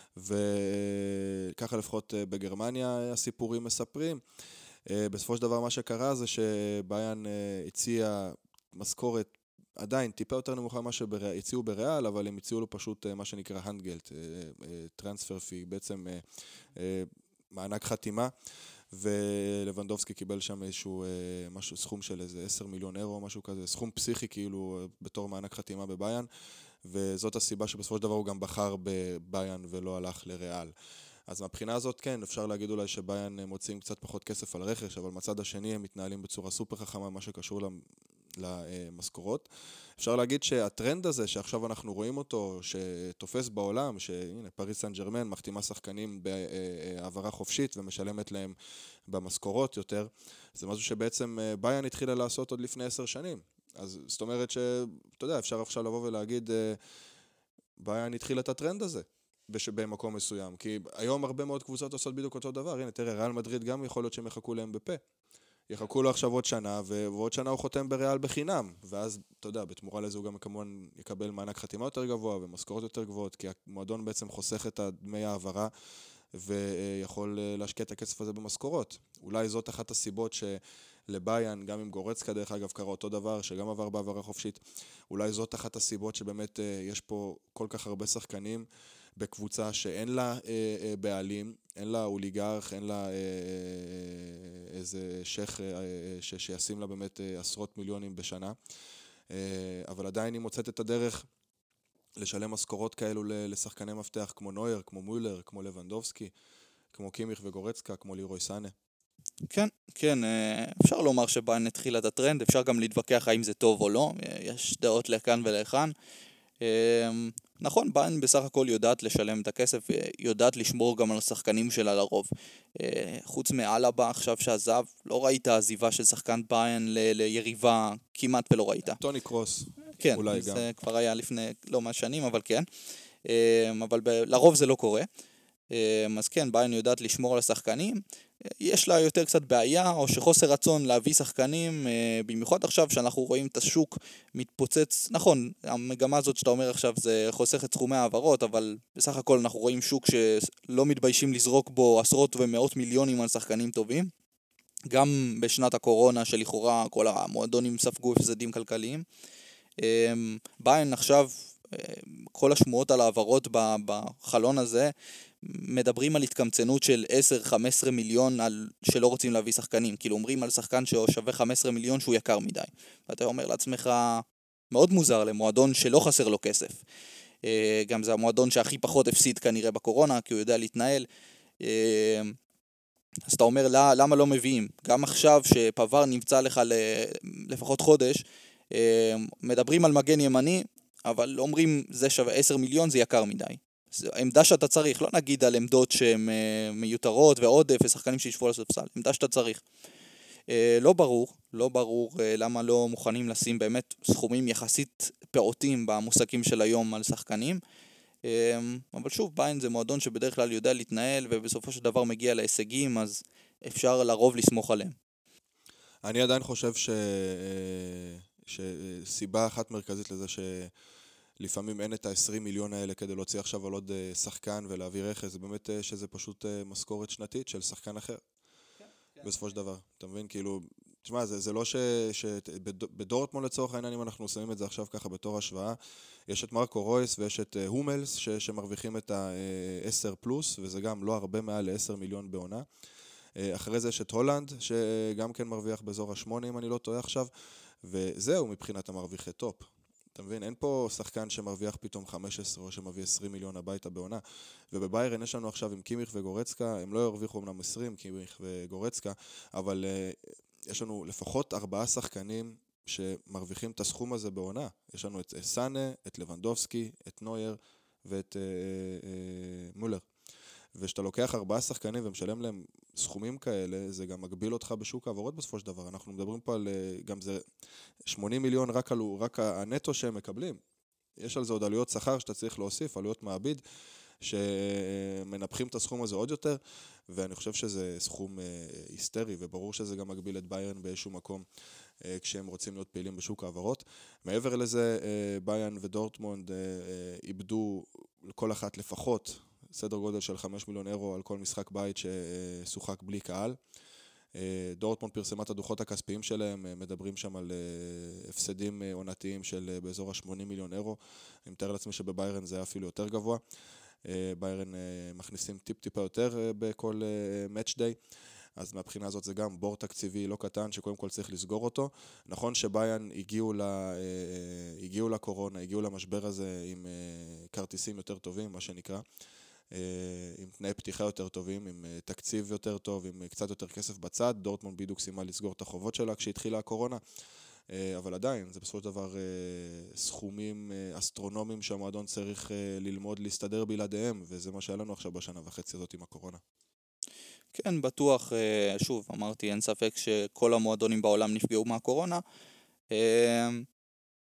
וככה לפחות בגרמניה הסיפורים מספרים. בסופו של דבר מה שקרה זה שביירן הציע משכורת עדיין טיפה יותר נמוכה מה שהציעו בריאל, אבל הם הציעו לו פשוט מה שנקרא הנדגלט, טרנספר פי, בעצם מענק חתימה, ולבנדובסקי קיבל שם איזשהו סכום של איזה 10 מיליון אירו, משהו כזה, סכום פסיכי כאילו בתור מענק חתימה בביירן, וזאת הסיבה שבסופו של דבר הוא גם בחר בביירן ולא הלך לריאל. אז מהבחינה הזאת כן, אפשר להגיד אולי שביירן מוציאים קצת פחות כסף על רכש, אבל מצד השני הם מתנהלים בצורה סופר חכמה, מה שקשור למשכורות. אפשר להגיד שהטרנד הזה שעכשיו אנחנו רואים אותו, שתופס בעולם, שהנה פריס סן ז'רמן מחתימה שחקנים בעברה חופשית ומשלמת להם במשכורות יותר, זה משהו שבעצם ביירן התחילה לעשות עוד לפני 10 שנים. אז זאת אומרת שאתה יודע, אפשר עכשיו לבוא ולהגיד, ביירן התחיל את הטרנד הזה. במקום מסוים, כי היום הרבה מאוד קבוצות עושות בדיוק אותו דבר, הנה תראה, ריאל מדריד גם יכול להיות שהם יחכו להם בפה, יחכו לו עכשיו עוד שנה, ועוד שנה הוא חותם בריאל בחינם, ואז, אתה יודע, בתמורה לזה הוא גם כמובן יקבל מענק חתימה יותר גבוה, ומשכורות יותר גבוהות, כי המועדון בעצם חוסך את דמי העברה, ויכול להשקיע את הכסף הזה במשכורות. אולי זאת אחת הסיבות שלביין, גם עם גורצקה דרך אגב קרה אותו דבר, שגם עבר בעברה חופשית, אולי זאת אחת הסיבות שבאמת יש פה כל כך הרבה שחקנים בקבוצה שאין לה בעלים, אין לה אוליגרך, אין לה איזה שייך שישים לה באמת עשרות מיליונים בשנה, אבל עדיין היא מוצאת את הדרך לשלם משכורות כאלו לשחקני מפתח כמו נויר, כמו מולר, כמו לבנדובסקי, כמו קימיך וגורצקה, כמו לירוי סאנה. כן, כן, אפשר לומר שביין התחילה את הטרנד, אפשר גם להתווכח האם זה טוב או לא, יש דעות לכאן ולכאן. נכון, ביין בסך הכל יודעת לשלם את הכסף, יודעת לשמור גם על השחקנים שלה לרוב. חוץ מאלבה עכשיו שעזב, לא ראית עזיבה של שחקן ביין ליריבה, כמעט ולא ראית. טוני קרוס, כן, אולי זה גם. כבר היה לפני לא מה שנים, אבל כן. אבל לרוב זה לא קורה. אז כן, ביין יודעת לשמור על השחקנים. יש לה יותר קצת בעיה, או שחוסר רצון להביא שחקנים, במיוחד עכשיו שאנחנו רואים את השוק מתפוצץ. נכון, המגמה הזאת שאתה אומר עכשיו זה חוסך את סכומי העברות, אבל בסך הכל אנחנו רואים שוק שלא מתביישים לזרוק בו עשרות ומאות מיליונים על שחקנים טובים. גם בשנת הקורונה שלכאורה כל המועדונים ספגו הפסדים כלכליים. ביין עכשיו, כל השמועות על העברות בחלון הזה, מדברים על התקמצנות של 10-15 מיליון שלא רוצים להביא שחקנים. כאילו אומרים על שחקן ששווה 15 מיליון שהוא יקר מדי. ואתה אומר לעצמך, מאוד מוזר למועדון שלא חסר לו כסף. גם זה המועדון שהכי פחות הפסיד כנראה בקורונה, כי הוא יודע להתנהל. אז אתה אומר, למה לא מביאים? גם עכשיו שפבר נמצא לך לפחות חודש, מדברים על מגן ימני, אבל אומרים זה שווה 10 מיליון, זה יקר מדי. זו עמדה שאתה צריך, לא נגיד על עמדות שהן מיותרות ועודף ושחקנים שישבו על הספסל, עמדה שאתה צריך. לא ברור למה לא מוכנים לשים באמת סכומים יחסית פעוטים במושגים של היום על שחקנים. אבל שוב, ביין זה מועדון שבדרך כלל יודע להתנהל ובסופו של דבר מגיע להישגים, אז אפשר לרוב לסמוך עליהם. אני עדיין חושב שסיבה אחת מרכזית לזה לפעמים אין את ה-20 מיליון האלה כדי להוציא עכשיו על עוד שחקן ולהביא רכז, זה באמת שזה פשוט משכורת שנתית של שחקן אחר. בסופו של דבר, אתה מבין? כאילו, תשמע, זה לא בדורטמונד לצורך העניין, אם אנחנו שמים את זה עכשיו ככה בתור השוואה, יש את מרקו רויס ויש את הומלס שמרוויחים את ה-10 פלוס, וזה גם לא הרבה מעל ל-10 מיליון בעונה. אחרי זה יש את הולנד, שגם כן מרוויח באזור ה-8, אם אני לא טועה עכשיו, וזהו מבחינת המרוויחי טופ. אתה מבין, אין פה שחקן שמרוויח פתאום 15 או שמביא 20 מיליון הביתה בעונה. ובביירן יש לנו עכשיו עם קימיך וגורצקה, הם לא ירוויחו אמנם 20, קימיך וגורצקה, אבל יש לנו לפחות 4 שחקנים שמרוויחים את הסכום הזה בעונה. יש לנו את סאנה, את לבנדובסקי, את נויר ואת מולר. ושאתה לוקח 4 שחקנים ומשלם להם סכומים כאלה, זה גם מגביל אותך בשוק העברות בסופו של דבר. אנחנו מדברים פה על, גם זה 80 מיליון רק הנטו שהם מקבלים. יש על זה עוד עלויות שכר שאתה צריך להוסיף, עלויות מעביד, שמנפחים את הסכום הזה עוד יותר, ואני חושב שזה סכום היסטרי, וברור שזה גם מגביל את ביירן באיזשהו מקום, כשהם רוצים להיות פעילים בשוק העברות. מעבר לזה, ביירן ודורטמונד איבדו לכל אחת לפחות סדר גודל של 5 מיליון אירו על כל משחק בית ששוחק בלי קהל. דורטמונד פרסמה את הדוחות הכספיים שלהם, מדברים שם על הפסדים עונתיים של באזור ה-80 מיליון אירו. אני מתאר לעצמי שבביירן זה היה אפילו יותר גבוה. ביירן מכניסים טיפה יותר בכל match day. אז מהבחינה הזאת זה גם בור תקציבי לא קטן שקודם כל צריך לסגור אותו. נכון שביירן הגיעו לקורונה, הגיעו למשבר הזה עם כרטיסים יותר טובים, מה שנקרא. עם תנאי פתיחה יותר טובים, עם תקציב יותר טוב, עם קצת יותר כסף בצד. דורטמונד בדיוק סיימה לסגור את החובות שלה כשהתחילה הקורונה, אבל עדיין זה בסופו של דבר סכומים אסטרונומיים שהמועדון צריך ללמוד להסתדר בלעדיהם, וזה מה שהיה לנו עכשיו בשנה וחצי הזאת עם הקורונה. כן, בטוח, שוב, אמרתי, אין ספק שכל המועדונים בעולם נפגעו מהקורונה.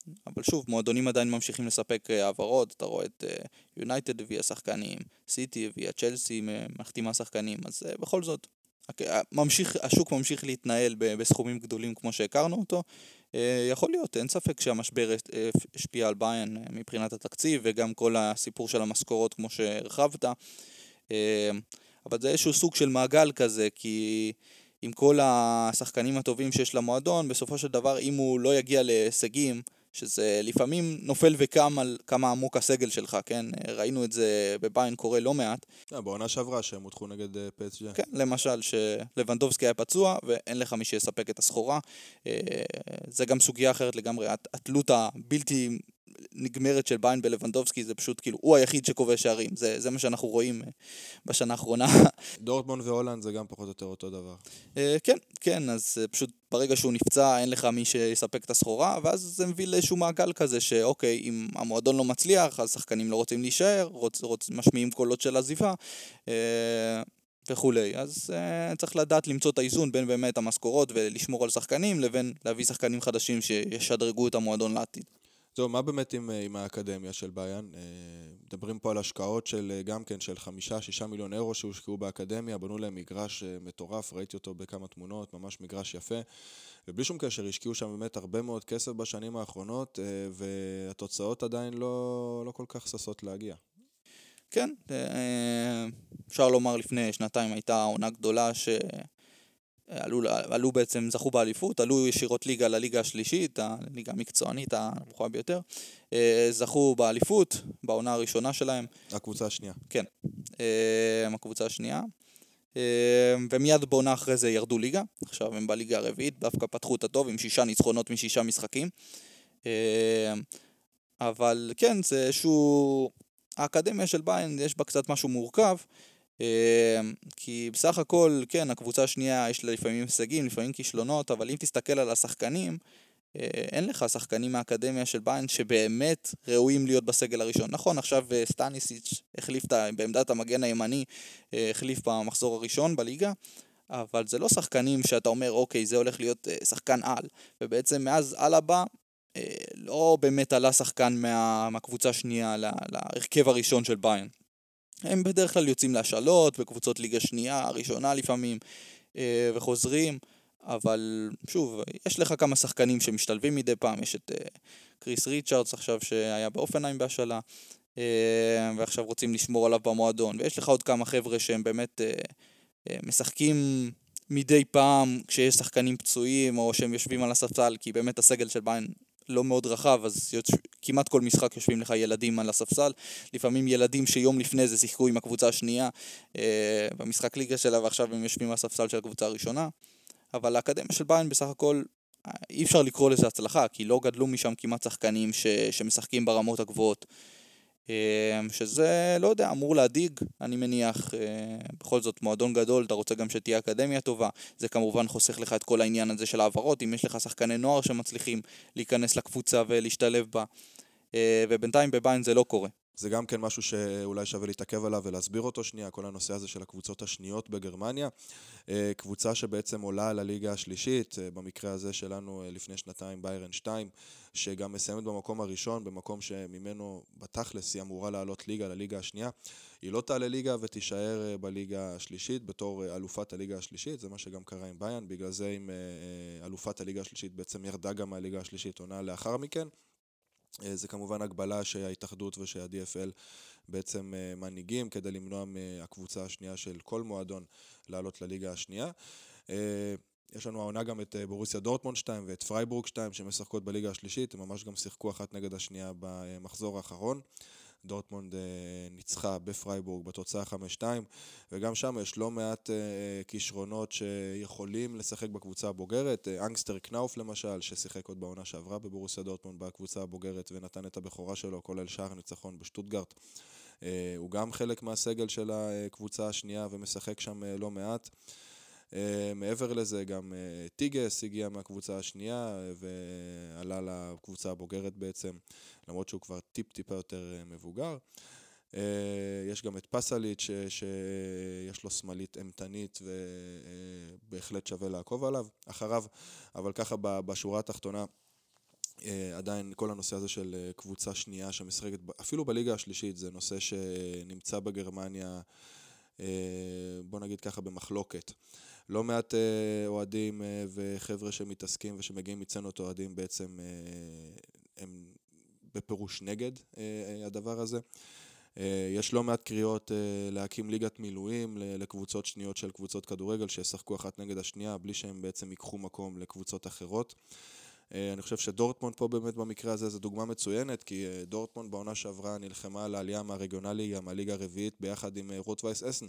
אבל שוב, מועדונים עדיין ממשיכים לספק העברות, אתה רואה את יונייטד הביאה שחקנים, סיטי הביאה, צ'לסי מחתימה שחקנים, אז בכל זאת, השוק ממשיך להתנהל בסכומים גדולים כמו שהכרנו אותו. יכול להיות, אין ספק שהמשבר השפיע על ביירן מבחינת התקציב, וגם כל הסיפור של המשכורות כמו שהרחבת, אבל זה איזשהו סוג של מעגל כזה, כי עם כל השחקנים הטובים שיש למועדון, בסופו של דבר אם הוא לא יגיע להישגים, שזה לפעמים נופל וקם על כמה עמוק הסגל שלך, כן? ראינו את זה בביירן קורה לא מעט. בעונה שעברה שהם הודחו נגד PSG. כן, למשל שלוונדובסקי היה פצוע ואין לך מי שיספק את הסחורה. זה גם סוגיה אחרת לגמרי, התלות הבלתי נגמרת של ביירן בלוונדובסקי, זה פשוט כאילו, הוא היחיד שכובש שערים, זה מה שאנחנו רואים בשנה האחרונה. דורטמונד והולנד זה גם פחות או יותר אותו דבר. כן, אז פשוט ברגע שהוא נפצע אין לך מי שיספק את הסחורה, ואז זה מביא לאיזשהו מעגל כזה שאוקיי, אם המועדון לא מצליח, אז שחקנים לא רוצים להישאר, משמיעים קולות של עזיבה, וכולי. אז צריך לדעת למצוא את האיזון בין באמת המשכורות ולשמור על שחקנים, לבין להביא שחקנים חדשים שישדרגו את המועדון לעתיד. טוב, מה באמת עם האקדמיה של ביירן? מדברים פה על השקעות של גם כן של 5-6 מיליון אירו שהושקעו באקדמיה, בנו להם מגרש מטורף, ראיתי אותו בכמה תמונות, ממש מגרש יפה, ובלי שום קשר השקיעו שם באמת הרבה מאוד כסף בשנים האחרונות, והתוצאות עדיין לא כל כך ששות להגיע. כן, אפשר לומר לפני שנתיים הייתה עונה גדולה עלו בעצם, זכו באליפות, עלו ישירות ליגה לליגה השלישית, הליגה המקצוענית הנמוכה ביותר, זכו באליפות, בעונה הראשונה שלהם. הקבוצה השנייה. כן, הקבוצה השנייה, ומיד בעונה אחרי זה ירדו ליגה, עכשיו הם בליגה הרביעית, דווקא פתחו את הטוב עם 6 ניצחונות מ6 משחקים, אבל כן, זה איזשהו, האקדמיה של ביירן יש בה קצת משהו מורכב, כי בסך הכל, כן, הקבוצה השנייה יש לה לפעמים הישגים, לפעמים כישלונות, אבל אם תסתכל על השחקנים, אין לך שחקנים מהאקדמיה של ביירן שבאמת ראויים להיות בסגל הראשון. נכון, עכשיו סטאניסיץ' החליף בעמדת המגן הימני, החליף במחזור הראשון בליגה, אבל זה לא שחקנים שאתה אומר, אוקיי, זה הולך להיות שחקן על, ובעצם מאז על הבא, לא באמת עלה שחקן מהקבוצה השנייה להרכב הראשון של ביירן. הם בדרך כלל יוצאים להשאלות, בקבוצות ליגה שנייה, ראשונה לפעמים, וחוזרים, אבל שוב, יש לך כמה שחקנים שמשתלבים מדי פעם, יש את קריס ריצ'רדס עכשיו שהיה באופנהיים בהשאלה, ועכשיו רוצים לשמור עליו במועדון, ויש לך עוד כמה חבר'ה שהם באמת משחקים מדי פעם כשיש שחקנים פצועים, או שהם יושבים על הספסל, כי באמת הסגל של ביירן לא מאוד רחב, אז כמעט כל משחק יושבים לך ילדים על הספסל, לפעמים ילדים שיום לפני זה שיחקו עם הקבוצה השנייה במשחק ליגה שלה, ועכשיו הם יושבים על הספסל של הקבוצה הראשונה, אבל האקדמיה של ביירן בסך הכל אי אפשר לקרוא לזה הצלחה, כי לא גדלו משם כמעט שחקנים שמשחקים ברמות הגבוהות, שזה, לא יודע, אמור להדיג, אני מניח, בכל זאת מועדון גדול, אתה רוצה גם שתהיה אקדמיה טובה, זה כמובן חוסך לך את כל העניין הזה של העברות, אם יש לך שחקני נוער שמצליחים להיכנס לקבוצה ולהשתלב בה, ובינתיים בביירן זה לא קורה. זה גם כן משהו שאולי שווה להתעכב עליו ולהסביר אותו שנייה, כל הנושא הזה של הקבוצות השניות בגרמניה. קבוצה שבעצם עולה על הליגה השלישית, במקרה הזה שלנו לפני שנתיים ביירן 2, שגם מסיימת במקום הראשון, במקום שממנו בתכלס היא אמורה לעלות ליגה לליגה השנייה. היא לא תעלה ליגה ותישאר בליגה השלישית בתור אלופת הליגה השלישית, זה מה שגם קרה עם ביירן, בגלל זה עם אלופת הליגה השלישית בעצם ירדה גם מהליגה השלישית עונה לאחר מכן. זה כמובן הגבלה שההתאחדות ושהDFL בעצם מנהיגים כדי למנוע מהקבוצה השנייה של כל מועדון לעלות לליגה השנייה. יש לנו העונה גם את בורוסיה דורטמונד 2 ואת פרייבורג 2 שמשחקות בליגה השלישית, הם ממש גם שיחקו אחת נגד השנייה במחזור האחרון. דורטמונד ניצחה בפרייבורג בתוצאה 5-2, וגם שם יש לא מעט כישרונות שיכולים לשחק בקבוצה הבוגרת. אנגסטר קנאוף למשל, ששיחק עוד בעונה שעברה בבורוסיה דורטמונד בקבוצה הבוגרת ונתן את הבכורה שלו, כולל שער ניצחון בשטוטגרט. הוא גם חלק מהסגל של הקבוצה השנייה ומשחק שם לא מעט. מעבר לזה גם טיגס הגיע מהקבוצה השנייה ועלה לקבוצה הבוגרת בעצם, למרות שהוא כבר טיפה יותר מבוגר. יש גם את פסליץ' שיש לו שמאלית אמתנית ובהחלט שווה לעקוב אחריו, אבל ככה בשורה התחתונה עדיין כל הנושא הזה של קבוצה שנייה שמשחקת, אפילו בליגה השלישית, זה נושא שנמצא בגרמניה, בוא נגיד ככה, במחלוקת. לא מעט אוהדים וחבר'ה שמתעסקים ושמגיעים מצנות אוהדים בעצם הם בפירוש נגד הדבר הזה. יש לא מעט קריאות להקים ליגת מילואים לקבוצות שניות של קבוצות כדורגל שישחקו אחת נגד השנייה בלי שהם בעצם ייקחו מקום לקבוצות אחרות. אני חושב שדורטמונד פה באמת במקרה הזה זו דוגמה מצוינת, כי דורטמונד בעונה שעברה נלחמה על העלייה מהרגונלי, מהליגה הרביעית, ביחד עם רוט-וייס אסן,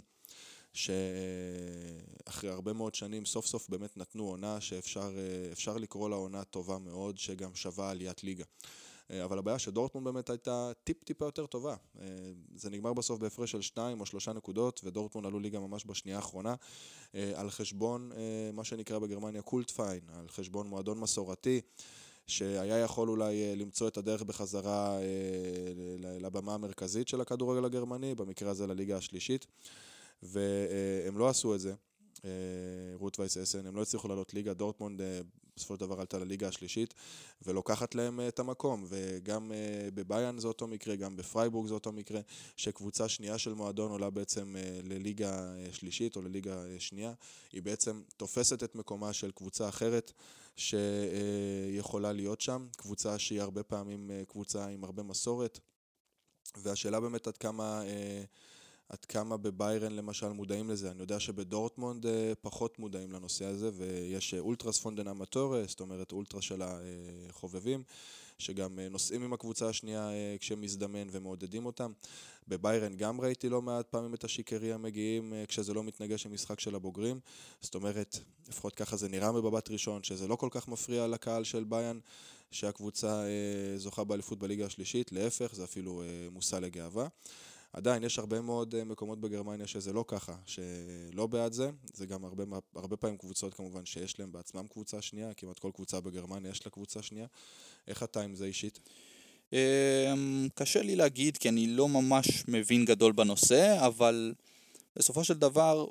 שאחרי הרבה מאוד שנים סוף סוף באמת נתנו עונה שאפשר לקרוא לה עונה טובה מאוד, שגם שווה עליית ליגה. אבל הבעיה שדורטמונד באמת הייתה טיפה יותר טובה. זה נגמר בסוף בהפרש של 2 או 3 נקודות, ודורטמונד עלו ליגה ממש בשנייה האחרונה, על חשבון מה שנקרא בגרמניה קולט פיין, על חשבון מועדון מסורתי, שהיה יכול אולי למצוא את הדרך בחזרה לבמה המרכזית של הכדורגל הגרמני, במקרה הזה לליגה השלישית, והם לא עשו את זה. רוט-וייס אסן, הם לא הצליחו לעלות ליגה, דורטמונד בסופו של דבר עלתה לליגה השלישית ולוקחת להם את המקום, וגם בביירן זה אותו מקרה, גם בפרייבורג זה אותו מקרה, שקבוצה שנייה של מועדון עולה בעצם לליגה שלישית או לליגה שנייה, היא בעצם תופסת את מקומה של קבוצה אחרת שיכולה להיות שם, קבוצה שהיא הרבה פעמים קבוצה עם הרבה מסורת, והשאלה באמת עד כמה בביירן למשל מודעים לזה. אני יודע שבדורטמונד פחות מודעים לנושא הזה, ויש אולטרס פונדן אמטורה, זאת אומרת אולטרה של החובבים, שגם נוסעים עם הקבוצה השנייה כשמזדמן ומעודדים אותם. בביירן גם ראיתי לא מעט פעמים את השיקריה מגיעים כשזה לא מתנגש עם משחק של הבוגרים, זאת אומרת, לפחות ככה זה נראה מבט ראשון, שזה לא כל כך מפריע לקהל של ביירן, שהקבוצה זוכה באליפות בליגה השלישית, להפך, זה אפילו מושא לגאווה. עדיין יש הרבה מאוד מקומות בגרמניה שזה לא ככה, שלא בעד זה, זה גם הרבה פעמים קבוצות כמובן שיש להם בעצמם קבוצה שנייה, כמעט כל קבוצה בגרמניה יש לה קבוצה שנייה. איך אתה עם זה אישית? קשה לי להגיד כי אני לא ממש מבין גדול בנושא, אבל בסופו של דבר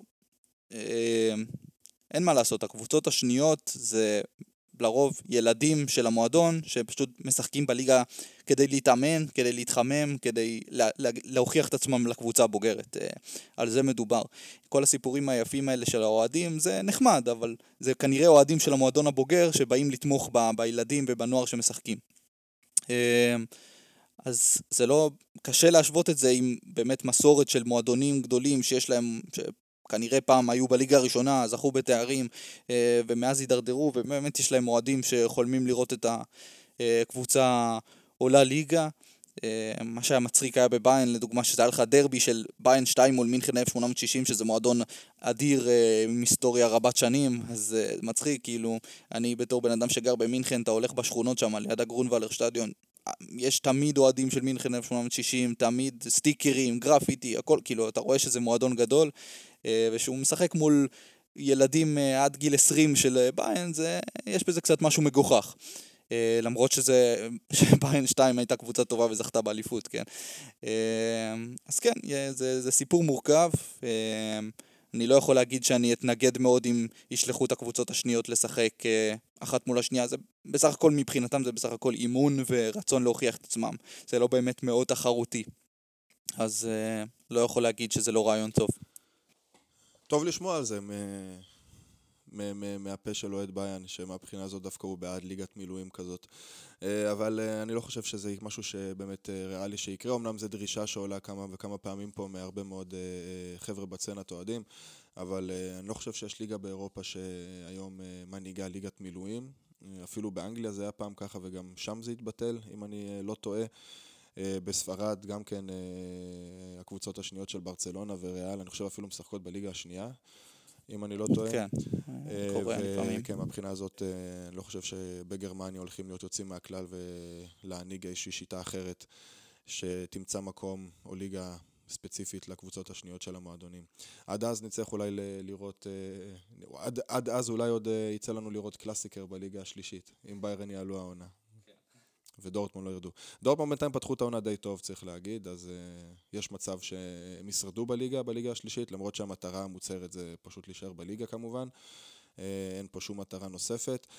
אין מה לעשות, הקבוצות השניות זה לרוב ילדים של המועדון שפשוט משחקים בליגה כדי להתאמן, כדי להתחמם, כדי להוכיח את עצמם לקבוצה הבוגרת. על זה מדובר. כל הסיפורים היפים האלה של האוהדים זה נחמד, אבל זה כנראה אוהדים של המועדון הבוגר שבאים לתמוך בילדים ובנוער שמשחקים. אז זה לא קשה להשוות את זה עם באמת מסורת של מועדונים גדולים שיש להם, כנראה פעם היו בליגה הראשונה, זכו בתארים ומאז הידרדרו, ובאמת יש להם מועדים שחולמים לראות את הקבוצה עולה ליגה. מה שהיה מצחיק היה בביין, לדוגמה שזה היה לך דרבי של ביין 2 מול מינכן 1860, שזה מועדון אדיר עם היסטוריה רבת שנים, אז מצחיק, כאילו, אני בתור בן אדם שגר במינכן, אתה הולך בשכונות שם ליד הגרונוולר שטדיון, יש תמיד אוהדים של מינכן 1860, תמיד סטיקרים, גרפיטי, הכל, כאילו, אתה רואה שזה מועדון גדול, ושהוא משחק מול ילדים עד גיל 20 של ביין, יש בזה קצת משהו מגוחך. למרות שביין 2 הייתה קבוצה טובה וזכתה באליפות, כן. אז כן, זה סיפור מורכב. אני לא יכול להגיד שאני אתנגד מאוד אם ישלחו את הקבוצות השניות לשחק אחת מול השנייה. זה בסך הכל מבחינתם זה בסך הכל אימון ורצון להוכיח את עצמם. זה לא באמת מאוד תחרותי. אז לא יכול להגיד שזה לא רעיון טוב. טוב לשמוע על זה מהפה של אוהד ביין, שמהבחינה הזאת דווקא הוא בעד ליגת מילואים כזאת. אבל אני לא חושב שזה משהו שבאמת ריאלי שיקרה. אמנם זו דרישה שעולה כמה וכמה פעמים פה מהרבה מאוד חבר'ה בצנת אוהדים, אבל אני לא חושב שיש ליגה באירופה שהיום מנהיגה ליגת מילואים. אפילו באנגליה זה היה פעם ככה וגם שם זה התבטל, אם אני לא טועה. בספרד גם כן הקבוצות השניות של ברצלונה וריאל, אני חושב אפילו משחקות בליגה השנייה, אם אני לא טועה. כן, קורה לפעמים. כן, מהבחינה הזאת אני לא חושב שבגרמניה הולכים להיות יוצאים מהכלל ולהנהיג איזושהי שיטה אחרת שתמצא מקום או ליגה ספציפית לקבוצות השניות של המועדונים. עד אז נצטרך אולי לראות, עד אז אולי עוד יצא לנו לראות קלאסיקר בליגה השלישית, אם ביירן יעלו העונה. ודורטמונד לא ירדו. דורטמונד בינתיים פתחו את העונה די טוב, צריך להגיד, אז יש מצב שהם ישרדו בליגה השלישית, למרות שהמטרה המוצהרת זה פשוט להישאר בליגה כמובן, אין פה שום מטרה נוספת.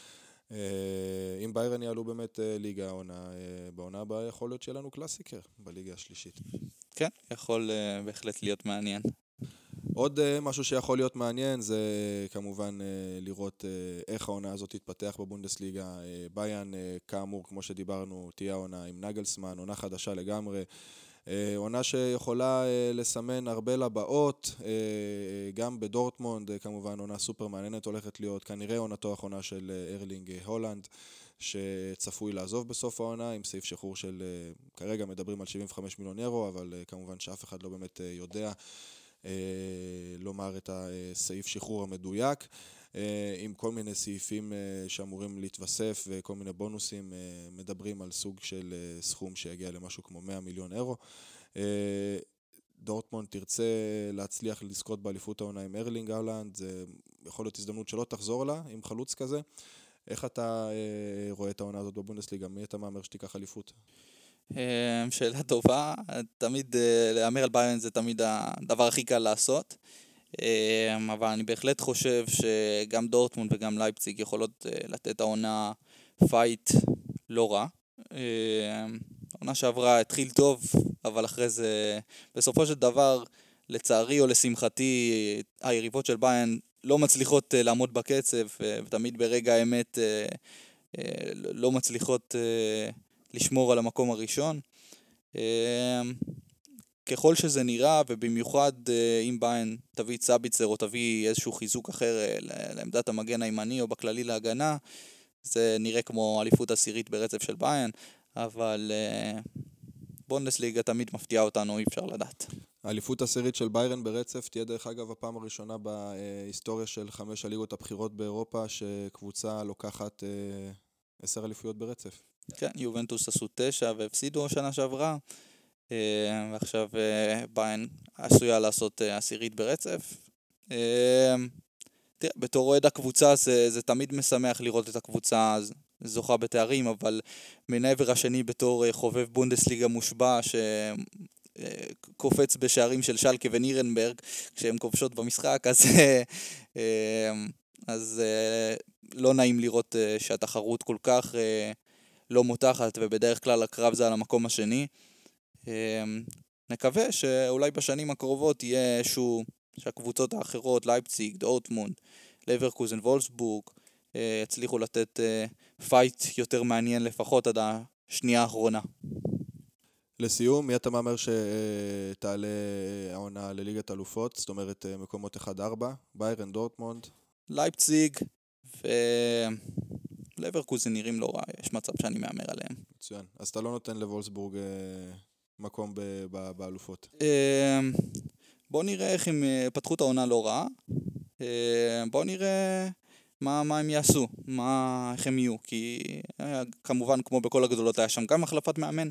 אם ביירן יעלו באמת ליגה העונה, בעונה הבאה יכול להיות שיהיה לנו קלאסיקר בליגה השלישית. כן, יכול בהחלט להיות מעניין. עוד משהו שיכול להיות מעניין זה כמובן לראות איך העונה הזאת תתפתח בבונדסליגה. ביירן, כאמור, כמו שדיברנו, תהיה העונה עם נגלסמן, עונה חדשה לגמרי. עונה שיכולה לסמן הרבה לבאות, גם בדורטמונד כמובן עונה סופר מעניינת הולכת להיות, כנראה עונתו האחרונה של ארלינג הולנד, שצפוי לעזוב בסוף העונה עם סעיף שחרור של, כרגע מדברים על 75 מיליון אירו, אבל כמובן שאף אחד לא באמת יודע לומר את הסעיף שחרור המדויק, עם כל מיני סעיפים שאמורים להתווסף וכל מיני בונוסים, מדברים על סוג של סכום שיגיע למשהו כמו 100 מיליון אירו. דורטמונד תרצה להצליח לזכות באליפות העונה עם ארלינג הולנד, זה יכול להיות הזדמנות שלא תחזור לה עם חלוץ כזה. איך אתה רואה את העונה הזאת בבונדסליגה? מי אתה מאמר שתיקח אליפות? שאלה טובה, תמיד להאמר על ביירן זה תמיד הדבר הכי קל לעשות, אבל אני בהחלט חושב שגם דורטמונד וגם לייפציג יכולות לתת העונה פייט לא רע. העונה שעברה התחיל טוב, אבל אחרי זה בסופו של דבר, לצערי או לשמחתי, היריבות של ביירן לא מצליחות לעמוד בקצב, ותמיד ברגע האמת לא מצליחות לשמור על המקום הראשון. ככל שזה נראה, ובמיוחד אם ביירן תביא סאביצר או תביא איזשהו חיזוק אחר לעמדת המגן הימני או בכללי להגנה, זה נראה כמו אליפות עשירית ברצף של ביירן, אבל בונדסליגה תמיד מפתיעה אותנו, אי אפשר לדעת. האליפות עשירית של ביירן ברצף תהיה דרך אגב הפעם הראשונה בהיסטוריה של 5 הליגות הבכירות באירופה שקבוצה לוקחת 10 אליפויות ברצף. כן, יובנטוס עשו 9 והפסידו שנה שעברה, ועכשיו ביירן עשויה לעשות עשירית ברצף. תראה, בתור אוהד הקבוצה זה תמיד משמח לראות את הקבוצה זוכה בתארים, אבל מן העבר השני בתור חובב בונדסליגה מושבע שקופץ בשערים של שלקה ונירנברג כשהם כובשות במשחק, אז לא נעים לראות שהתחרות כל כך לא מותחת, ובדרך כלל הקרב זה על המקום השני. נקווה שאולי בשנים הקרובות יהיה איזשהו שהקבוצות האחרות, לייפציג, דורטמונד, לברקוזן, וולסבורג, הצליחו לתת פייט יותר מעניין לפחות עד השנייה האחרונה. לסיום, מי אתה מאמר שתעלה העונה לליגת אלופות, זאת אומרת מקומות 1-4, ביירן, דורטמונד? לייפציג ולברקוזן נראים לא רע, יש מצב שאני מאמר עליהם. מצוין, אז אתה לא נותן לוולסבורג מקום באלופות? בוא נראה איך הם פתחו את העונה לא רע, בוא נראה מה הם יעשו, איך הם יהיו, כי כמובן כמו בכל הגדולות היה שם גם החלפת מאמן,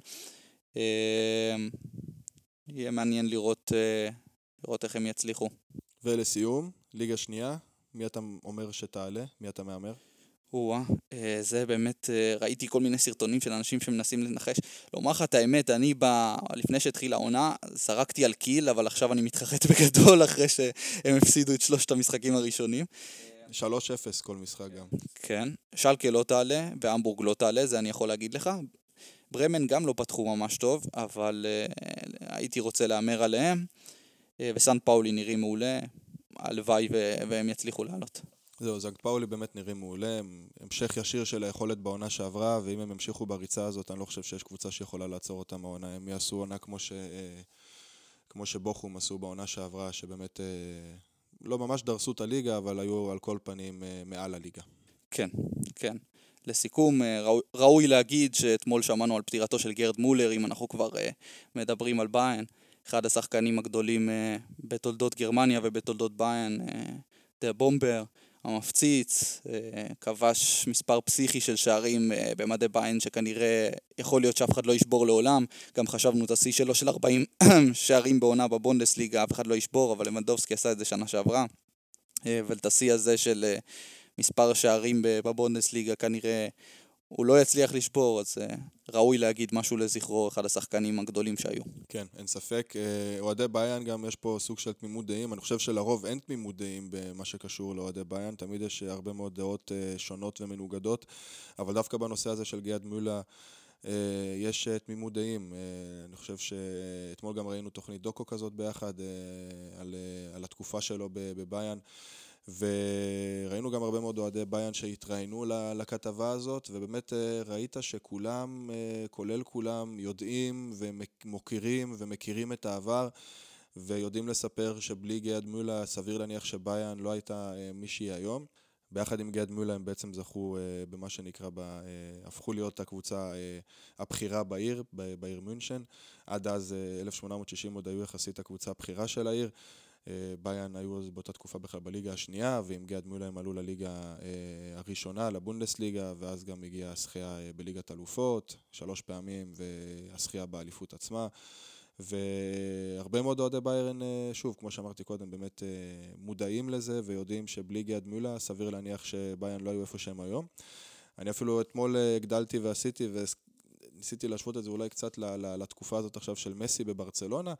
יהיה מעניין לראות איך הם יצליחו. ולסיום, ליגה שנייה, מי אתה אומר שתעלה? מי אתה מאמר? זה באמת, ראיתי כל מיני סרטונים של אנשים שמנסים לנחש. לומר לך את האמת, אני לפני שהתחילה העונה, זרקתי על קיל, אבל עכשיו אני מתחרט בגדול אחרי שהם הפסידו את 3 המשחקים הראשונים. 3-0 כל משחק גם. כן, שלקה לא תעלה, והמבורג לא תעלה, זה אני יכול להגיד לך. ברמן גם לא פתחו ממש טוב, אבל הייתי רוצה לאמר עליהם, וסן פאולי נראים מעולה, הלוואי והם יצליחו לעלות. זהו, זנק פאולי באמת נראים מעולה, המשך ישיר של היכולת בעונה שעברה, ואם הם המשיכו בריצה הזאת, אני לא חושב שיש קבוצה שיכולה לעצור אותם העונה, הם יעשו עונה כמו שבוכום עשו בעונה שעברה, שבאמת לא ממש דרסו את הליגה, אבל היו על כל פנים מעל הליגה. כן, כן. לסיכום, ראוי להגיד שאתמול שמענו על פטירתו של גרד מולר, אם אנחנו כבר מדברים על ביירן, אחד השחקנים הגדולים בתולדות גרמניה ובתולדות ביירן, דה בומבר, המפציץ, כבש מספר פסיכי של שערים במדי ביירן שכנראה יכול להיות שאף אחד לא ישבור לעולם, גם חשבנו את השיא שלו של 40 שערים בעונה בבונדסליגה, אף אחד לא ישבור, אבל לבנדובסקי עשה את זה שנה שעברה, ואת השיא הזה של מספר שערים בבונדסליגה כנראה הוא לא יצליח לשבור, אז ראוי להגיד משהו לזכרו, אחד השחקנים הגדולים שהיו. כן, אין ספק. אוהדי ביירן גם יש פה סוג של תמימות דעים. אני חושב שלרוב אין תמימות דעים במה שקשור לאוהדי ביירן. תמיד יש הרבה מאוד דעות שונות ומנוגדות, אבל דווקא בנושא הזה של גיאד מיולה יש תמימות דעים. אני חושב שאתמול גם ראינו תוכנית דוקו כזאת ביחד על התקופה שלו בביירן, וראינו גם הרבה מאוד אוהדי ביירן שהתראינו לכתבה הזאת, ובאמת ראית שכולם, כולל כולם, יודעים ומוקירים ומכירים את העבר, ויודעים לספר שבלי גיאד מיולה סביר להניח שביירן לא הייתה מי שהיא היום. ביחד עם גיאד מיולה הם בעצם זכו במה שנקרא, הפכו להיות הקבוצה הבחירה בעיר מונשן. עד אז 1860 עוד היו יחסית הקבוצה הבחירה של העיר. ביירן היו באותה תקופה בכלל בליגה השנייה, ועם גיאד מיולה הם עלו לליגה הראשונה, לבונדסליגה, ואז גם הגיעה השחייה בליגת אלופות, 3 פעמים, והשחייה באליפות עצמה. והרבה מאוד אוהדי ביירן, שוב, כמו שאמרתי קודם, באמת מודעים לזה, ויודעים שבלי גיאד מיולה סביר להניח שביירן לא היו איפה שהם היום. אני אפילו אתמול הגדלתי ועשיתי, וניסיתי להשוות את זה אולי קצת לתקופה הזאת עכשיו של מסי בברצלונה.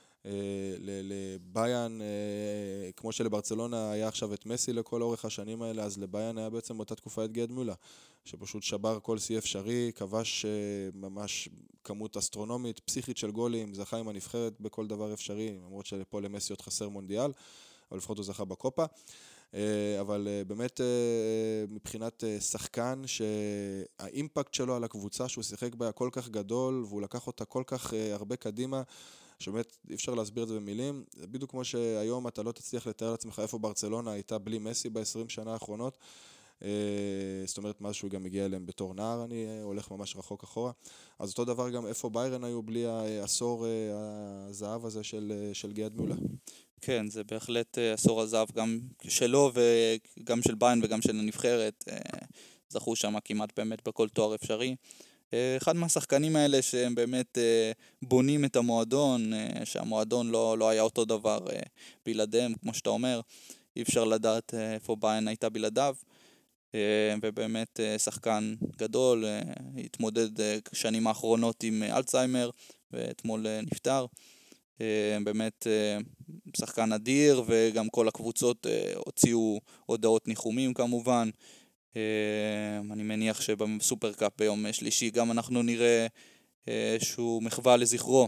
לביירן, כמו שלברצלונה היה עכשיו את מסי לכל אורך השנים האלה, אז לביירן היה בעצם באותה תקופה את גיאד מיולה, שפשוט שבר כל שיא אפשרי, כבש ממש כמות אסטרונומית, פסיכית של גולים, זכה עם הנבחרת בכל דבר אפשרי, למרות שפה למסי עוד חסר מונדיאל, אבל לפחות הוא זכה בקופה. אבל באמת מבחינת שחקן שהאימפקט שלו על הקבוצה שהוא שיחק בה כל כך גדול, והוא לקח אותה כל כך הרבה קדימה, שבאמת אי אפשר להסביר את זה במילים. בדיוק כמו שהיום אתה לא תצליח לתאר לעצמך איפה ברצלונה הייתה בלי מסי ב-20 שנה האחרונות. זאת אומרת, מאז שהוא גם הגיע אליהם בתור נער, אני הולך ממש רחוק אחורה. אז אותו דבר גם איפה ביירן היו בלי העשור הזהב הזה של גיאד מיולה. כן, זה בהחלט עשור הזהב גם שלו וגם של ביירן וגם של הנבחרת. זכו שם כמעט באמת בכל תואר אפשרי. אחד מהשחקנים האלה שהם באמת בונים את המועדון, שהמועדון לא היה אותו דבר בלעדיהם, כמו שאתה אומר, אי אפשר לדעת איפה ביירן הייתה בלעדיו, ובאמת שחקן גדול, התמודד שנים האחרונות עם אלצהיימר, ואתמול נפטר. באמת שחקן אדיר, וגם כל הקבוצות הוציאו הודעות ניחומים כמובן. אני מניח שבסופרקאפ ביום שלישי גם אנחנו נראה שהוא מחווה לזכרו.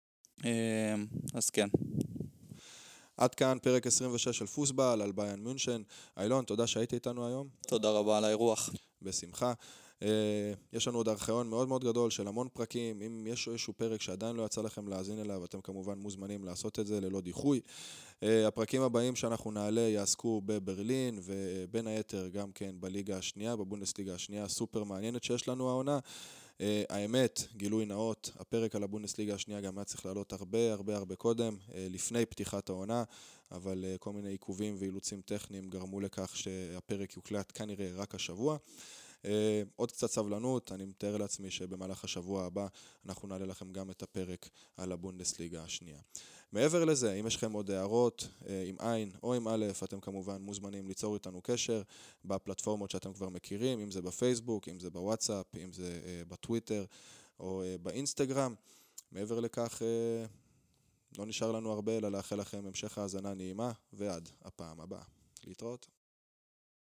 אז כן. עד כאן פרק 26 של פוסבל על ביירן מונשן. אילון, תודה שהיית איתנו היום. תודה רבה על האירוח. בשמחה. יש לנו עוד ארכיון מאוד מאוד גדול של המון פרקים. אם יש איזשהו פרק שעדיין לא יצא לכם להאזין אליו, אתם כמובן מוזמנים לעשות את זה ללא דיחוי. הפרקים הבאים שאנחנו נעלה יעסקו בברלין, ובין היתר גם כן בליגה השנייה, בבונדסליגה השנייה, סופר מעניינת שיש לנו העונה. האמת, גילוי נאות, הפרק על הבונדסליגה השנייה גם היה צריך לעלות הרבה קודם, לפני פתיחת העונה, אבל כל מיני עיכובים ואילוצים טכניים גרמו לכך שהפרק יוקלט כנראה רק השבוע. עוד קצת סבלנות, אני מתאר לעצמי שבמהלך השבוע הבא אנחנו נעלה לכם גם את הפרק על הבונדסליגה השנייה. מעבר לזה, אם יש לכם עוד הערות עם עין או עם א', אתם כמובן מוזמנים ליצור איתנו קשר בפלטפורמות שאתם כבר מכירים, אם זה בפייסבוק, אם זה בוואטסאפ, אם זה בטוויטר או באינסטגרם. מעבר לכך, לא נשאר לנו הרבה אלא לאחל לכם המשך האזנה נעימה, ועד הפעם הבאה. להתראות.